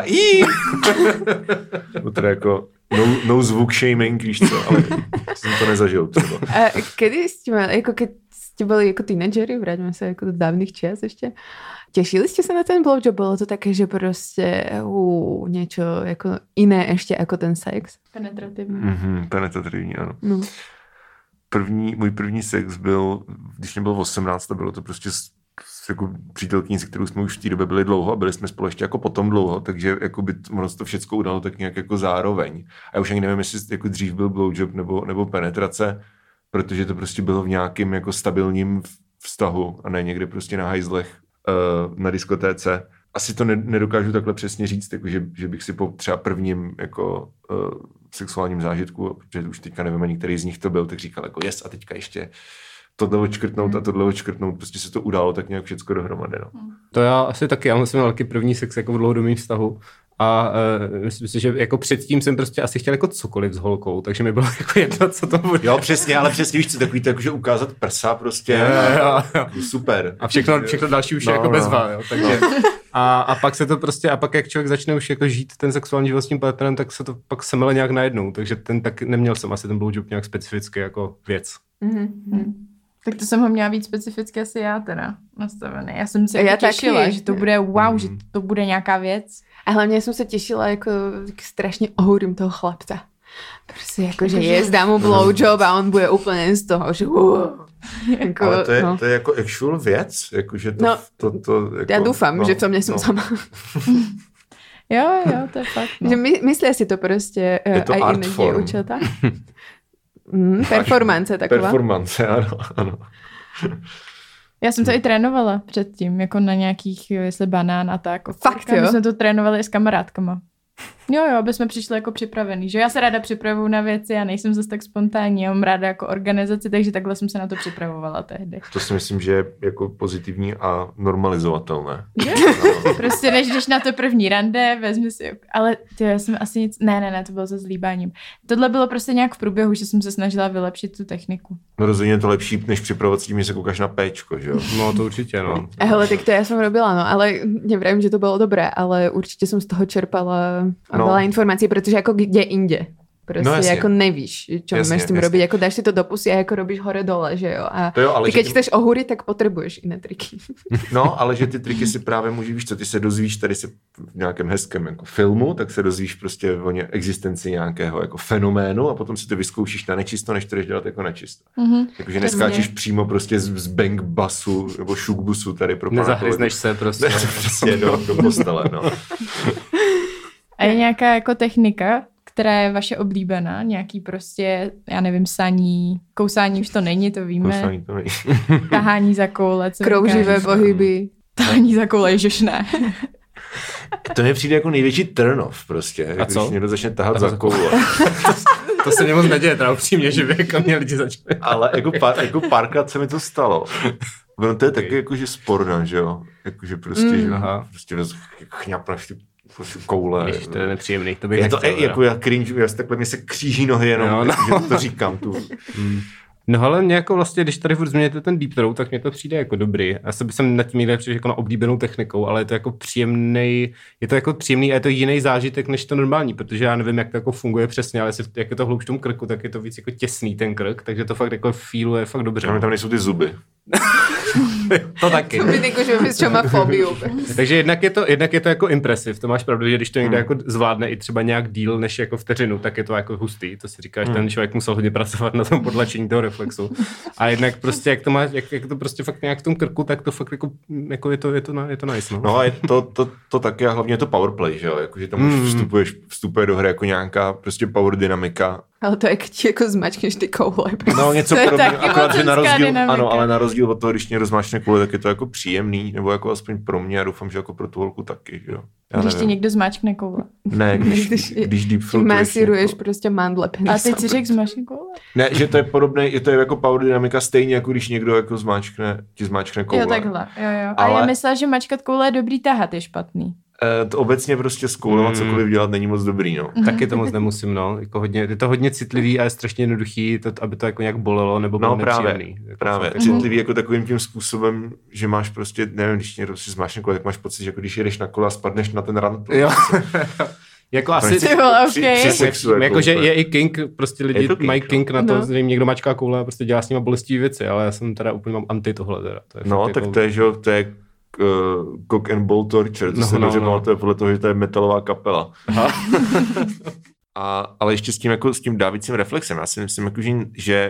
to teda jako no, no zvuk shaming, víš co, ale jsem to nezažil třeba. A kedy jste měli, jako keď jste byli jako teenagery, vrátíme se jako do dávných čas ještě, těšili jste se na ten blowjob? Bylo to také, že prostě uh, něco jako jiné ještě jako ten sex? Penetrativní. Mm-hmm, penetrativní, ano. No. První, můj první sex byl, když mě bylo osmnáct, bylo to prostě s, s jako přítelkyní, se kterou jsme už v té době byli dlouho a byli jsme spolu ještě jako potom dlouho, takže jako by ono to všecko udalo tak nějak jako zároveň. A já už ani nevím, jestli jako dřív byl blowjob nebo, nebo penetrace, protože to prostě bylo v nějakým jako stabilním vztahu a ne někde prostě na hajzlech uh, na diskotéce. Asi to ne, nedokážu takhle přesně říct, jako že, že bych si po třeba prvním jako uh, sexuálním zážitku, protože už teďka nevím ani, který z nich to byl, tak říkal jako yes a teďka ještě tohle odškrtnout hmm. a tohle odškrtnout, prostě se to událo tak nějak všecko dohromady. No. To já asi taky, já jsem měl taky první sex jako v dlouhodobém vztahu a uh, myslím si, že jako předtím jsem prostě asi chtěl jako cokoliv s holkou, takže mi bylo jako jedno, co to bude. Jo, přesně, ale přesně víš co, takový to jakože ukázat prsa prostě. Jo, jo, jo. Super. A všechno, všechno další už no, je jako bezva, jo, takže... A, a pak se to prostě, a pak jak člověk začne už jako žít ten sexuální život s tím partnerem, tak se to pak semele nějak najednou, takže ten tak neměl jsem asi ten blowjob nějak specificky jako věc. Mm-hmm. Tak to jsem ho měla víc specificky asi já teda nastavený. Já jsem se já jako těšila, taky. že to bude wow, mm. že to bude nějaká věc. A hlavně jsem se těšila, jako strašně ohurím toho chlapca. Prostě jako, že jest, dám mu blowjob a on bude úplně z toho, že uh, jako, ale to je, no. to je jako actual věc, jako, že to, no, to, to jako, já doufám, no, že to mě jsem no. sama. Jo, jo, to je fakt. No. Že my, myslí si to prostě je to aj jiné děvčata. Mm, performance taková. Performance, ano, ano. Já jsem to i trénovala předtím, jako na nějakých, jestli banán a tak. Fakt, jo? My jsme to trénovali s kamarádkama. Jo, jo, aby jsme přišli jako připravený, že já se ráda připravuju na věci, já nejsem zase tak spontánní, já mám ráda jako organizaci, takže takhle jsem se na to připravovala tehdy. To si myslím, že je jako pozitivní a normalizovatelné. No. Prostě než jdeš na to první rande, vezmi si, ale tyjo, já jsem asi nic, ne, ne, ne, to bylo se zlíbáním. Tohle bylo prostě nějak v průběhu, že jsem se snažila vylepšit tu techniku. No rozhodně je to lepší, než připravovat s tím, že se koukáš na péčko, že jo? No to určitě, no. A hele, tak to já jsem robila, no, ale nevím, že to bylo dobré, ale určitě jsem z toho čerpala no. veľa informácií, protože jako kde inde. Prostě no jako nevíš, čo jasně, máš s tím jasně. robit, jako dáš si to do pusy a jako robíš hore dole, že jo. A jo, ty keď tím... chceš ohúriť, tak potřebuješ jiné triky. No, ale že ty triky si právě můžeš, víš co, ty se dozvíš tady se v nějakém hezkém jako filmu, tak se dozvíš prostě o existenci nějakého jako fenoménu a potom si to vyzkoušíš na nečisto, než to jdeš dělat jako na čisto. Mm-hmm. Takže neskáčeš přímo prostě z, z bang basu nebo šukbusu tady pro nezahryzneš se prostě. Ne, prostě do, do postele, no. A je nějaká jako technika, která je vaše oblíbená? Nějaký prostě, já nevím, saní, kousání už to není, to víme. Kousání to není. Tahání za koule. Krouživé pohyby. Tahání za koule, ježiš ne. To mi přijde jako největší turn off prostě. A když co? někdo začne tahat za koule. To se mě moc neděje, teda upřímně, že by jako mě lidi začali. Ale jako, pár, jako párkrát se mi to stalo. No to je taky jakože sporna, že jo? Jakože prostě, mm. že aha, prostě chňapneš ty koule. Víš, to je nepříjemný. To bych je to nechtěl, jako já cringe, já takhle mě se kříží nohy jenom, jo, no. že to říkám tu. Mm. No ale mě jako vlastně, když tady furt změníte ten deep throat, tak mě to přijde jako dobrý. Já se bych jsem nad tím někde přišel jako na oblíbenou technikou, ale je to jako příjemný, je to jako příjemný a je to jiný zážitek než to normální, protože já nevím, jak to jako funguje přesně, ale jestli, jak je to hloubš v tom krku, tak je to víc jako těsný ten krk, takže to fakt jako feeluje fakt dobře. Tam, tam nejsou ty zuby. To taky. To by jako, že bys čo má fobiu. Takže jednak je, to, jednak je to jako impresiv, to máš pravdu, že když to někdo hmm. jako zvládne i třeba nějak díl než jako vteřinu, tak je to jako hustý, to si říkáš, hmm. ten člověk musel hodně pracovat na tom podlačení toho reflexu. A jednak prostě, jak to má, jak, jak to prostě fakt nějak v tom krku, tak to fakt jako, jako je to, je to, je to nice, no. No a je to, to, to taky a hlavně je to powerplay, že jo, jakože tam už vstupuješ, vstupuje do hry jako nějaká prostě power dynamika. Ale to je, jak ti jako zmačkneš ty koule. No něco podobného, akorát, že na rozdíl, ano, ale na rozdíl od toho, když mě rozmáčne koule, tak je to jako příjemný, nebo jako aspoň pro mě a doufám, že jako pro tu holku taky, jo. Já když ti někdo zmáčkne koule. Ne, když, když, když deep throatuješ. Masíruješ jako prostě mandle penisem. A teď si řekl zmáčkne koule? Ne, že to je podobné, je to jako power dynamika stejně, jako když někdo jako zmáčkne, ti zmáčkne koule. Jo, takhle, jo, jo. Ale... A já myslela, že mačkat koule je dobrý, tahat je špatný. To obecně prostě s koulema mm. cokoliv dělat není moc dobrý, no. Mm-hmm. Taky to moc nemusím, no. Jako hodně, je to hodně citlivý a je strašně jednoduchý, to, aby to jako nějak bolelo nebo bylo no, právě, nepříjemný. Jako právě. Fakt, citlivý jako takovým tím způsobem, že máš prostě, nevím, když někdo si zmáš na kole, tak máš pocit, že jako když jedeš na kole a spadneš na ten rant. Jo. Jako asi při, okay. při, při sexu, jako, jako že je i kink, prostě lidi kink, mají kink na to, no. že jim někdo mačká koule a prostě dělá s nima bolestivé věci, ale já jsem teda úplně mám anti tohle teda. To je no, tak jako... to je, že to je Uh, Cock and Ball Torture, to no, se no, dobře no. To je podle toho, že to je metalová kapela. a, ale ještě s tím, jako, s tím dávicím reflexem, já si myslím, jako, že, že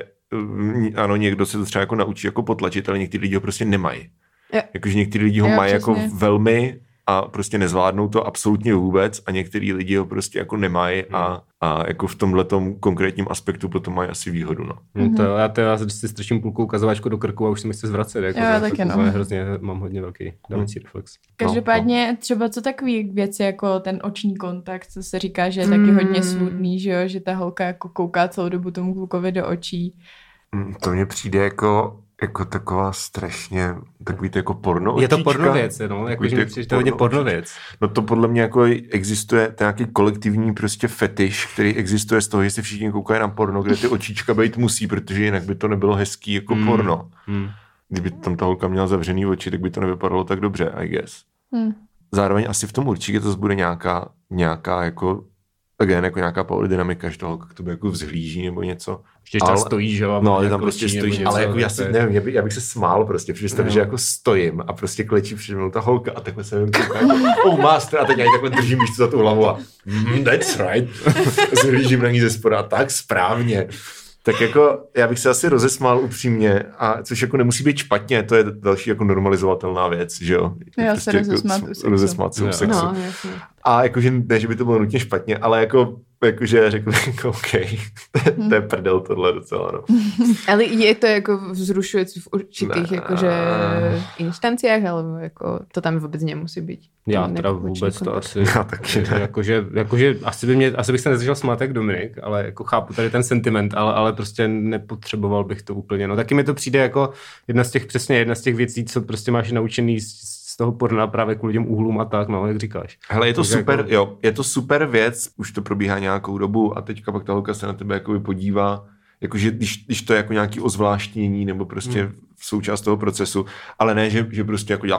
ano, někdo se to třeba jako naučí jako potlačit, ale někteří lidi ho prostě nemají. Jakože někteří lidi ho jo, mají jako velmi a prostě nezvládnou to absolutně vůbec a některý lidi ho prostě jako nemají hmm. a, a jako v tomhletom konkrétním aspektu potom mají asi výhodu, no. Hmm. To, já to já si strčím půlku ukazovačku do krku a už se mi chce zvracet, jako, jo, že, taky, to, no. hrozně, mám hodně velký dávací hmm. reflex. Každopádně no, třeba co takový věci jako ten oční kontakt, co se říká, že je taky hmm. hodně svůdný, že jo, že ta holka jako kouká celou dobu tomu klukovi do očí. Hmm, to mně přijde jako jako taková strašně, takový to jako porno očička. Je to porno věc, no, jako, že to je hodně porno věc. No to podle mě jako existuje nějaký kolektivní prostě fetiš, který existuje z toho, že si všichni koukají na porno, kde ty očička být musí, protože jinak by to nebylo hezký jako mm. porno. Mm. Kdyby tam ta holka měla zavřený oči, tak by to nevypadalo tak dobře, I guess. Mm. Zároveň asi v tom určitě to bude nějaká, nějaká jako again, jako nějaká power dynamika, že toho k tobě jako vzhlíží nebo něco. Ještě tam stojíš, že? No, ale tam prostě stojíš, ale jako já si nevím, já, by, já bych se smál prostě, představ, no. že jako stojím a prostě klečí před mnou ta holka a takhle se nevím, jako, oh master, a teď já takhle držím místo za tu hlavu a mm, that's right. Zhlížím na ní ze spoda, tak správně. Tak jako já bych se asi rozesmál upřímně, a což jako nemusí být špatně, to je další jako normalizovatelná věc, že jo? Já prostě se rozesmát jako, u sexu. Rozesmát se u sexu. No, jasně. A jakože ne, že by to bylo nutně špatně, ale jako jakože řekl jako OK, to, to je prdel tohle docela, no. Ale je to jako vzrušující v určitých ne. jakože instanciách, alebo jako to tam vůbec nemusí být. Já teda vůbec to asi, já taky ne. Jakože, jakože asi, by mě, asi bych se nezačal smát jak Dominik, ale jako chápu tady ten sentiment, ale, ale prostě nepotřeboval bych to úplně. No taky mi to přijde jako jedna z těch, přesně jedna z těch věcí, co prostě máš naučený z, z toho porna právě kvůli těm úhlům a tak, no, jak říkáš. Hele, je to Takže super, jako... jo, je to super věc, už to probíhá nějakou dobu a teďka pak ta holka se na tebe jakoby podívá, jakože když, když to je jako nějaký ozvláštnění nebo prostě hmm. součást toho procesu, ale ne, že, že prostě jako dělá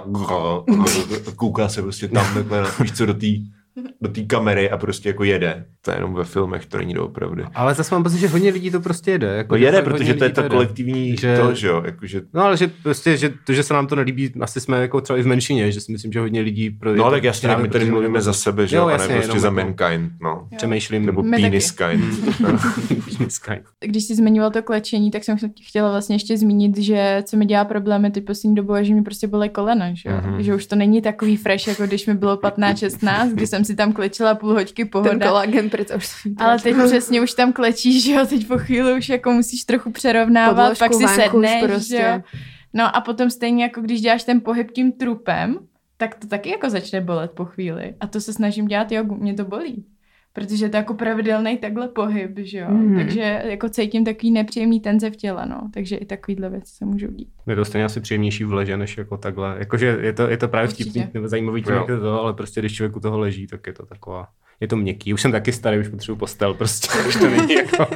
kouká se prostě tam takhle, víš co, do té do té kamery a prostě jako jede. To je jenom ve filmech, to není doopravdy. Ale zase mám pocit, že hodně lidí to prostě jede. Jako no jede, protože to je to kolektivní že... to, že jo. Jako, že... No ale že prostě, že to, že se nám to nelíbí, asi jsme jako třeba i v menšině, že si myslím, že hodně lidí... Pro no tak jasně, tak my tady mluvíme za sebe, že jo, a ne prostě za mankind, no. Přemýšlím. Nebo penis kind. Penis kind. Když jsi zmiňoval to klečení, tak jsem chtěla vlastně ještě zmínit, že co mi dělá problémy teď poslední dobou, že mi prostě bolí kolena, že jo. Mm-hmm. Že už to není takový fresh, jako když mi bylo patnáct šestnáct, kdy jsem si tam klečela půl hoďky pohoda. Ten kolagen, protože ale teď přesně už tam klečíš, že jo, teď po chvíli už jako musíš trochu přerovnávat, podložku, pak si sedneš, prostě. Jo. No a potom stejně jako když děláš ten pohyb tím trupem, tak to taky jako začne bolet po chvíli. A to se snažím dělat, jo, mě to bolí. Protože to je jako pravidelný takhle pohyb, že jo. Mm. Takže jako cítím takový nepříjemný tenze v těle, no. Takže i takovýhle věci se můžou dít. Je to stejně asi příjemnější v leže, než jako takhle. Jakože je to, je to právě vtipný, nebo zajímavý tím, jak to, ale prostě když člověk u toho leží, tak je to taková... je to měkký. Už jsem taky starý, už potřebuji postel, prostě. Už to není jako...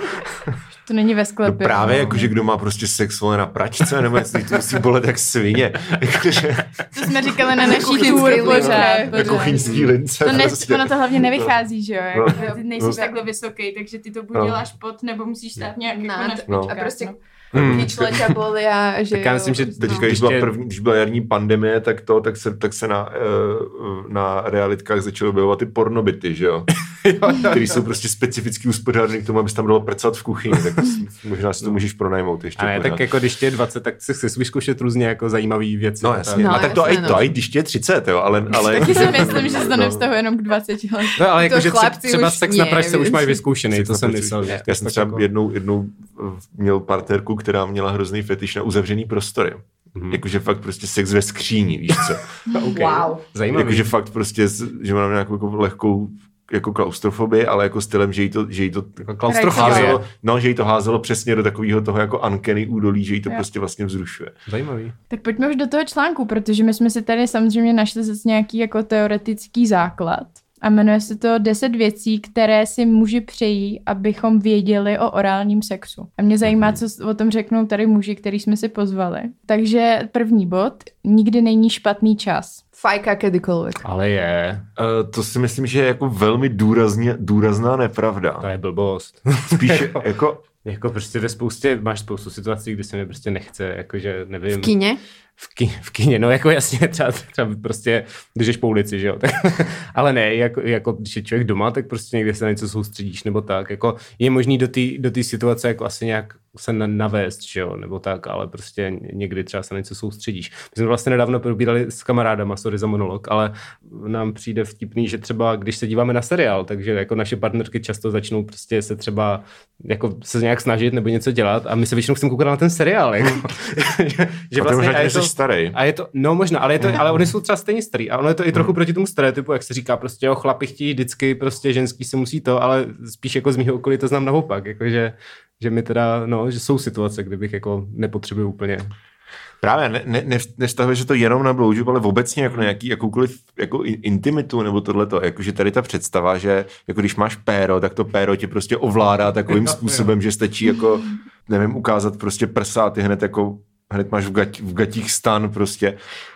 To není ve sklepě. No právě jako, že kdo má prostě sex vole na pračce, nebo jestli to musí bolet jak svině. Jakože... To jsme říkali na naší tour pořád. Jako kuchyňský lince. To ne, prostě. ono to hlavně nevychází, že jo? No. Jako, ty nejsi No. takhle vysoký, takže ty to buď No. děláš pod, nebo musíš stát nějak jako na špičkách. No. A prostě no. Hmm. kyčle ťa bolia, že Tak já myslím, že Teďka, když byla, první, když byla jarní pandemie, tak to, tak se, tak se na, uh, na realitkách začaly objevovat ty pornobity, že jo? Který jsou prostě specificky uspořádaný k tomu, abys tam dalo prcat v kuchyni, tak možná si to můžeš pronajmout ještě. A ne, tak jako když tě je dvacet, tak si chceš vyzkoušet různě jako zajímavý věci. No jasně, No, a tak to, jasně, aj, no. to aj když tě je třicet, jo, ale... ale Taky si myslím, že se to nevztahuje jenom k dvaceti letům. No, ale jako, To že chlapci třeba už sex nie, na pražce už víš. mají vyzkoušený, Sex to na jsem pražce myslel. už- Že Já jsem tak třeba jako- jednou, jednou měl partnerku, která měla hrozný fetiš na uzavřený prostory. Mhm. Jakože fakt prostě sex ve skříni, víš co? Okay. Wow. Zajímavý. Jakože fakt prostě, že mám nějakou jako lehkou jako klaustrofobii, ale jako stylem, že jí to, že jí to Jako klaustrofobie. házelo, no, že jí to házelo přesně do takového toho jako uncanny údolí, že jí to Jo. prostě vlastně vzrušuje. Zajímavý. Tak pojďme už do toho článku, protože my jsme si tady samozřejmě našli zase nějaký jako teoretický základ. A jmenuje se to deset věcí, které si muži přejí, abychom věděli o orálním sexu. A mě zajímá, co o tom řeknou tady muži, který jsme si pozvali. Takže první bod, nikdy není špatný čas. Fajka kedykoľvek. Ale je. Uh, to si myslím, že je jako velmi důrazně, důrazná nepravda. To je blbost. Spíš jako... Jako prostě ve spoustě, máš spoustu situací, kdy se mi prostě nechce, jakože nevím. V kine? V, ki, v kině, no jako jasně, třeba, třeba prostě, když jdeš po ulici, že jo, tak, ale ne, jako, jako když je člověk doma, tak prostě někde se na něco soustředíš, nebo tak, jako je možný do té do té situace jako asi nějak se na, navést, že jo, nebo tak, ale prostě někdy třeba se na něco soustředíš. My jsme vlastně nedávno probírali s kamarádama, sorry za monolog, ale nám přijde vtipný, že třeba, když se díváme na seriál, takže jako naše partnerky často začnou prostě se třeba jako se nějak snažit nebo něco dělat a my se většinou chceme koukat na ten seriál, jako, že, že A to vlastně, možná, a je že to, jsi starý. a je to, no možná, ale, je to, ale oni jsou třeba stejně starý a ono je to i trochu proti tomu stereotypu, jak se říká, prostě jo, chlapi chtějí vždycky, prostě ženský se musí to, ale spíš jako z mýho okolí to znám naopak, jakože, že mi teda, no, že jsou situace, kde bych jako nepotřebuji úplně. Právě ne, ne, ne, nevztahuje se to jenom na blowjob, ale obecně jako na nějaký jakoukoliv jako intimitu nebo tohleto. Jakože tady ta představa, že jako když máš péro, tak to péro tě prostě ovládá takovým způsobem, že stačí jako, nevím, ukázat prostě prsa a ty hned jako, hned máš v, gať, v gatích stan prostě.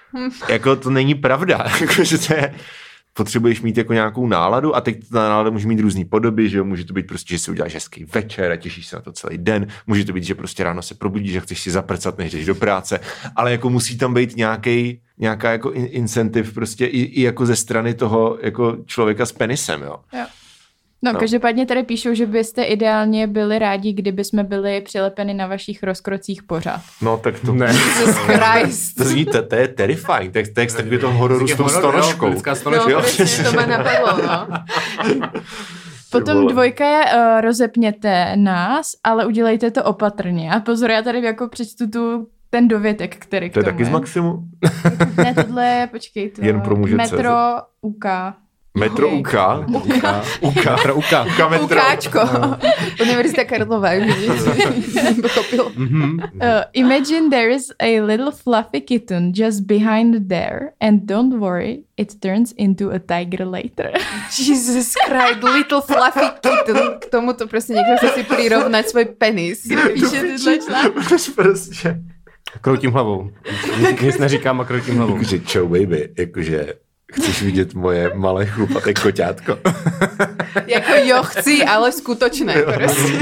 Jako to není pravda. Jakože to je, potřebuješ mít jako nějakou náladu a teď ta nálada může mít různý podoby, že jo, může to být prostě, že si uděláš hezký večer a těšíš se na to celý den, může to být, že prostě ráno se probudíš a chceš si zaprcat, než jdeš do práce, ale jako musí tam být nějaký nějaká jako in- incentiv prostě i, i jako ze strany toho jako člověka s penisem, jo. Jo. No, No. každopádně tady píšou, že byste ideálně byli rádi, kdyby jsme byli přilepeni na vašich rozkrocích pořád. No tak to... Ne. Jesus Christ. To zní, to, to je terrifying, to je, to je takový toho hororu s tou stonožkou. No, Jo, presne, to ma napadlo, no. Potom vole. dvojka je uh, rozepněte nás, ale udělejte to opatrně. A pozor, já tady jako přečtu tu ten dovětek, který k To je tomu taky z Maximu? Ne, tohle je, počkej, to Jen pro muže Metro U K. Metro U K? Uka. Uka. Uka. Uka. Uka metro. Ukáčko. Univerzita Karlova. Pochopil. Mhm. Uh, imagine there is a little fluffy kitten just behind there and don't worry, it turns into a tiger later. Jesus Christ, little fluffy kitten. K tomuto prostě někdo chce si prirovnať svoj penis. Píše tyhle články. Prostě. Kroutím hlavou. Nic, nic neříkám a kroutím hlavou. Jakože čau baby, jakože chceš vidět moje malé chlupaté koťátko. Jako jo, chci, ale skutočné. Prostě.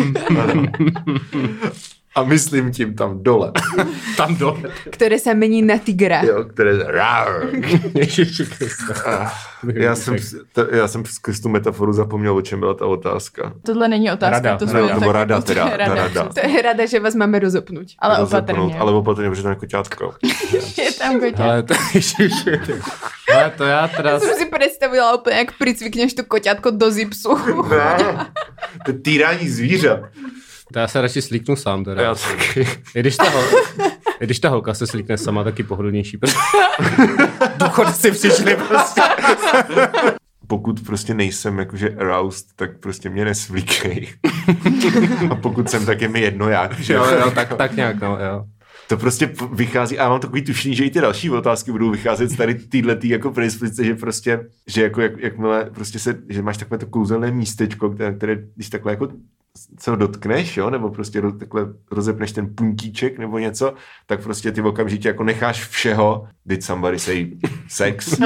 A myslím tím tam dole. Tam dole. Ktoré sa mení na tigra. Jo, které... Rar. Ježiši Krista. Já jsem, to, já jsem skrz tu metaforu zapomněl, o čem byla ta otázka. Tohle není otázka, Rada. to Rada. jsme Nebo tak- rada to je teda, ta rada. To je rada, že vás máme rozopnúť. Ale Rozepnout, opatrně. Ale opatrně, protože tam je koťátko. Je tam koťa. Ale to, ježiši. Ale to já teda... Ja som si predstavila úplne, jak pricvikneš to koťatko do zipsu. Ne, to je týrání zvířat. To já se radši slíknu sám teda. Já taky. I když ta, hol, I když ta holka se slíkne sama, taky pohodlnější. Důchodci přišli prostě. Pokud prostě nejsem jakože aroused, tak prostě mě nesvlíkej. A pokud jsem, tak je mi jedno jak. Že? Jo, jo, tak, tak nějak, no, jo. to prostě vychází, a já mám takový tušení, že i ty další otázky budou vycházet z tady týhletý jako predispozice, že prostě, že jako jak, jakmile prostě se, že máš takové to kouzelné místečko, které, které když takhle jako se ho dotkneš, jo, nebo prostě ro, takhle rozepneš ten puntíček nebo něco, tak prostě ty okamžitě jako necháš všeho, did somebody say sex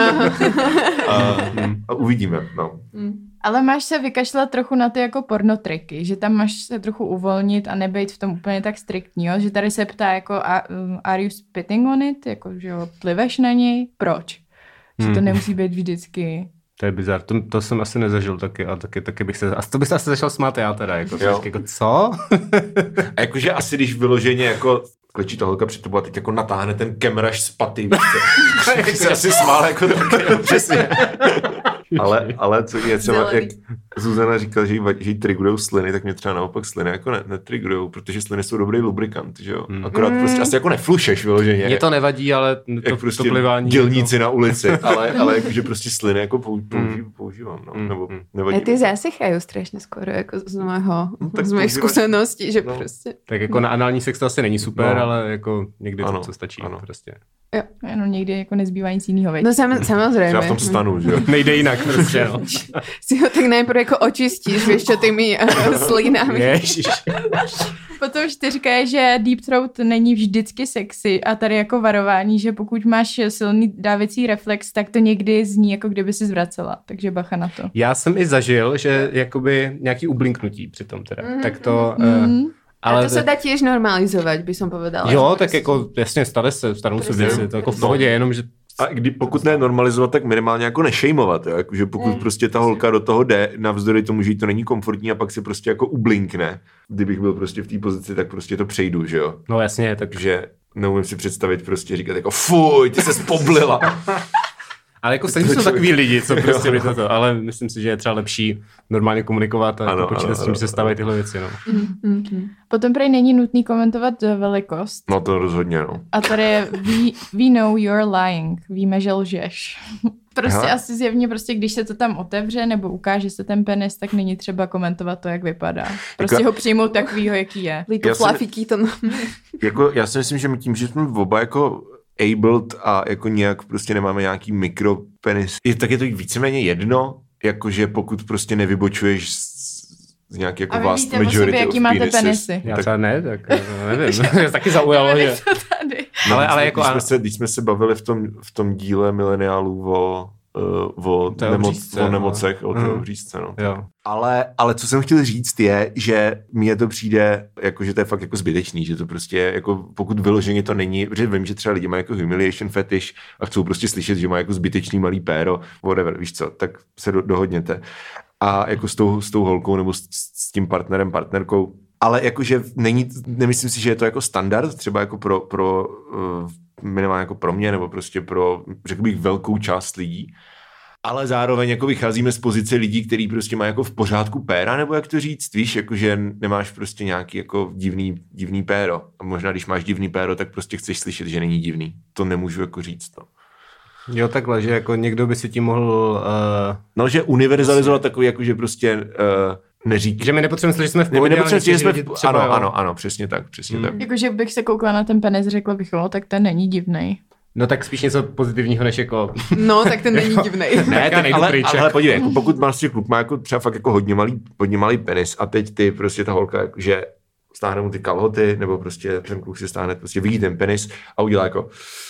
a, a uvidíme, no. Ale máš se vykašlat trochu na ty jako pornotriky, že tam máš se trochu uvolnit a nebejt v tom úplně tak striktní, jo? Že tady se ptá jako are you spitting on it, jako že jo, pliveš na něj, proč? Že to Hmm. nemusí být vždycky. To je bizar, to, to jsem asi nezažil taky a taky, taky bych se, a to bych se asi začal smát já teda, jako, jako co? A jakože asi když vyloženě jako klečí ta holka před tebou a teď jako natáhne ten kemraž z paty, víš co? Tak se asi smál jako taky, přesně. Ale, ale co je třeba, jak Zuzana říkala, že jí, že jí triggujou sliny, tak mě třeba naopak sliny jako ne, netriggujou, protože sliny jsou dobrý lubrikant, že jo? Hmm. Akorát prostě asi jako neflušeš vyloženě. Mně to nevadí, ale to, jak prostě to plivání. dělníci na ulici, ale, ale jakože prostě sliny jako používám, používám no, Mm. nebo nevadí. A ty zasychají strašně skoro, jako z mého, No, tak z mých používáš- zkušeností, že no. prostě. Tak jako na anální sex to asi není super, No. ale jako někdy Ano, to, to stačí ano. prostě. Jenom někdy jako nezbývá nic jinýho, veď? No sam, samozřejmě. Třeba v tom stanu, že jo? Nejde jinak prostě, no. Si ho tak najprv jako očistíš, víš čo, tými uh, slínami. Ježiš. Potom čtyřka je, že deep throat není vždycky sexy a tady jako varování, že pokud máš silný dávací reflex, tak to někdy zní, jako kdyby si zvracela, takže bacha na to. Já jsem i zažil, že jakoby nějaký ublinknutí přitom teda, Mhm, tak to... Mhm. Uh, ale A to se dá tiež normalizovať, by som povedala. jo, Že tak prostě- jako jasně, stane se, stanou se Prostě. věci, to jako v pohodě, jenom že... A kdy, pokud ne normalizovat, tak minimálně jako nešejmovat, jo? Jako, že pokud Mm. prostě ta holka do toho jde, navzdory tomu, že jí to není komfortní a pak si prostě jako ublinkne. Kdybych byl prostě v té pozici, tak prostě to přejdu, že jo? No jasně, tak... Takže neumím si představit prostě říkat jako fuj, ty ses poblila. Ale jako stejně jsou takový lidi, co prostě by to, ale myslím si, že je třeba lepší normálně komunikovat a Ano, jako počítat ano, s tím, že se ano, stávají tyhle věci, no. Mhm. Potom prej není nutný komentovat velikost. No to rozhodně, no. A tady je we, we know you're lying. Víme, že lžeš. Prostě Aha. asi zjevně, prostě, když se to tam otevře nebo ukáže se ten penis, tak není třeba komentovat to, jak vypadá. Prostě Jako- ho přijmout takovýho, jaký je. Little Já jsem- fluffy kitten. Jako, já si myslím, že my tím, že jsme oba jako abled a jako nějak prostě nemáme nějaký mikropenis, je, tak je to víceméně jedno, jakože pokud prostě nevybočuješ z, z nějaký jako A vy vast víte o sobě, majority jaký of máte penises. penisy. Já Tak- třeba ne, tak no, nevím, mě taky zaujalo, že... to tady. No, Ale- když ale jsme- jako když, ano. jsme se, když jsme se bavili v tom, v tom díle mileniálů o, uh, o, To je o nemoc, břízce, o no. nemocech, o té Mhm. obřízce, no. Jo. Ale, ale co jsem chtěl říct je, že mně to přijde, jako, že to je fakt jako zbytečný, že to prostě, jako, pokud vyloženě to není, protože vím, že třeba lidi mají jako humiliation fetish a chcou prostě slyšet, že mají jako zbytečný malý péro, whatever, víš co, tak se do, dohodněte. A jako s tou, s tou holkou nebo s, s tím partnerem, partnerkou, ale jakože není, nemyslím si, že je to jako standard, třeba jako pro, pro uh, minimálně jako pro mě, nebo prostě pro, řekl bych, velkou část lidí. Ale zároveň jako vycházíme z pozice lidí, kteří prostě mají jako v pořádku péra, nebo jak to říct, víš, jakože nemáš prostě nějaký jako divný, divný péro. A možná, když máš divný péro, tak prostě chceš slyšet, že není divný. To nemůžu jako říct, no. Jo, takhle, že jako někdo by si tím mohl... Uh, No, že univerzalizovat takový, jako že prostě uh, neřík. že my nepotřebujeme slyšet, že jsme v Ne, my pohodě, nepotřebujeme, ale že jsme lidi v... třeba, Ano, jo. ano, ano, přesně tak, přesně Hmm. tak. Jakože bych se koukla na ten penis, řekla bych, jo, tak ten není divnej. No tak spíš něco pozitivního, než jako... No, tak ten není divnej. Ne, Já tak, nejdu ale, pryč, ale, jako. podívej, jako pokud prostě kluk má jako třeba fakt jako hodně malý, hodně malý penis a teď ty prostě ta holka, jako, že stáhne mu ty kalhoty, nebo prostě ten kluk si stáhne, prostě vidí ten penis a udělá jako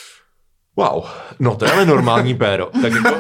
wow, no to je ale normální péro. Tak jako,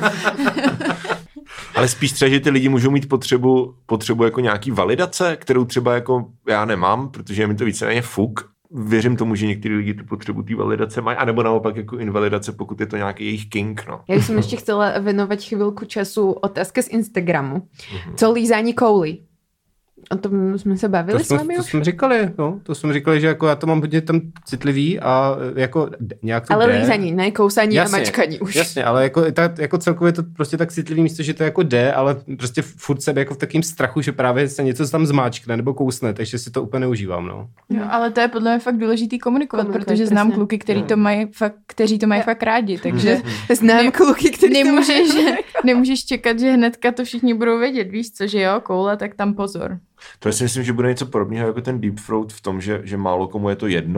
ale spíš třeba, že ty lidi můžou mít potřebu, potřebu jako nějaký validace, kterou třeba jako já nemám, protože je mi to víceméně fuk. Věřím tomu, že někteří lidi tu potřebu té validace mají, anebo naopak jako invalidace, pokud je to nějaký jejich king, no. Ja by som ešte chcela venovať chvíľku času otázke z Instagramu. Co lízání kouli? O tom jsme se bavili To s jsme, vámi to už? jsme říkali, no, to jsme říkali, že jako já to mám hodně tam citlivý a jako d- nějak to Ale jde. lízaní, ne kousání Jasně, a mačkaní už. Jasně, ale jako, ta, jako celkově to prostě tak citlivý místo, že to jako jde, ale prostě furt jsem jako v takým strachu, že právě se něco tam zmáčkne nebo kousne, takže si to úplně neužívám, no. Jo, ale to je podle mě fakt důležitý komunikovat, Komunikovat, protože znám přesně. kluky, který to mají fakt, kteří to mají fakt rádi, takže Znám Ne- kluky, kteří nemůžeš, to mají. nemůžeš čekat, že hnedka to všichni budou vědět, víš co, že jo, koule, tak tam pozor. To si myslím, že bude něco podobného jako ten deep throat v tom, že, že málo komu je to jedno.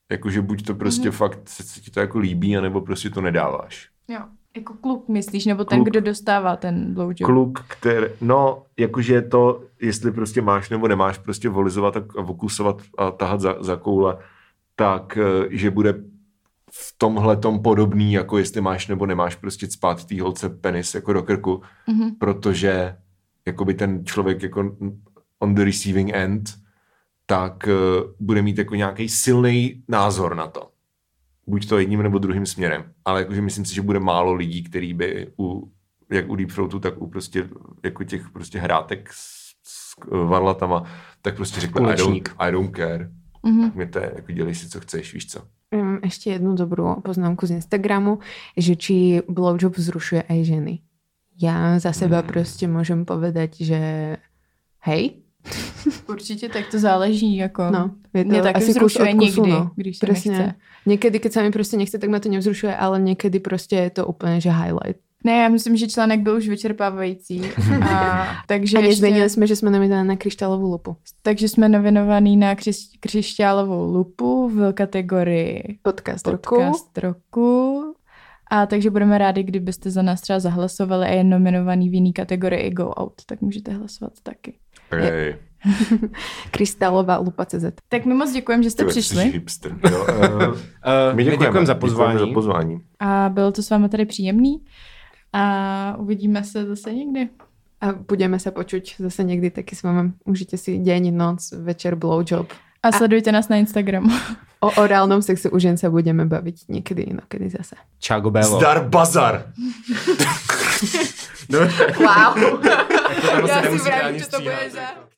Jakože buď to prostě mm-hmm. fakt se, se ti to jako líbí, anebo prostě to nedáváš. Jo, jako kluk myslíš, nebo ten, kluk, kdo dostává ten blowjob? Kluk, který, no, jakože to, jestli prostě máš nebo nemáš prostě volizovat a vokusovat a tahat za, za koule, tak, že bude v tomhletom podobný, jako jestli máš nebo nemáš prostě cpát tý holce penis jako do krku, mm-hmm. protože jakoby ten člověk jako on the receiving end, tak uh, bude mít jako nějaký silný názor na to. Buď to jedním nebo druhým směrem. Ale jakože myslím si, že bude málo lidí, který by u, jak u Deep Throatu, tak u prostě jako těch prostě hrátek s, s varlatama, tak prostě řekl I don't, I don't care. Mm-hmm. Mě to je, jako dělej si, co chceš, víš co. Um, ešte jednu dobrú poznámku z Instagramu, že či blowjob vzrušuje aj ženy. Ja za seba mm. prostě môžem povedať, že hej. Určitě tak to záleží, jako no, je to mě taky asi vzrušuje kus někdy, no. když se Presne. nechce. Niekedy, keď sa mi prostě nechce, tak ma to nevzrušuje, ale niekedy prostě je to úplně, že highlight. Ne, já myslím, že článek byl už vyčerpávající. A, takže a nezměnili ještě... jsme, že jsme nominovaní na křišťálovou lupu. Takže jsme nominovaní na křiš... křišťálovou lupu v kategorii podcast, podcast roku. roku. A takže budeme rádi, kdybyste za nás třeba zahlasovali a je nominovaný v jiný kategorii i Go Out, tak můžete hlasovat taky. Hey. Krystálová lupa tečka cé zet. Tak my moc děkujeme, že jste Ty přišli. Jo, uh, uh, my děkujeme, děkujeme za pozvání. Děkujeme za pozvání. A bylo to s vámi tady příjemný. A uvidíme se zase někdy. A budeme se počuť zase někdy taky s vámi. Užijte si deň, noc, večer, blowjob. A sledujte a... nás na Instagramu. O orálnom sexe u žen sa budeme baviť niekedy inokedy zase. Čago Bélo. Zdar bazar! Wow. Já si vrám, že to bude za...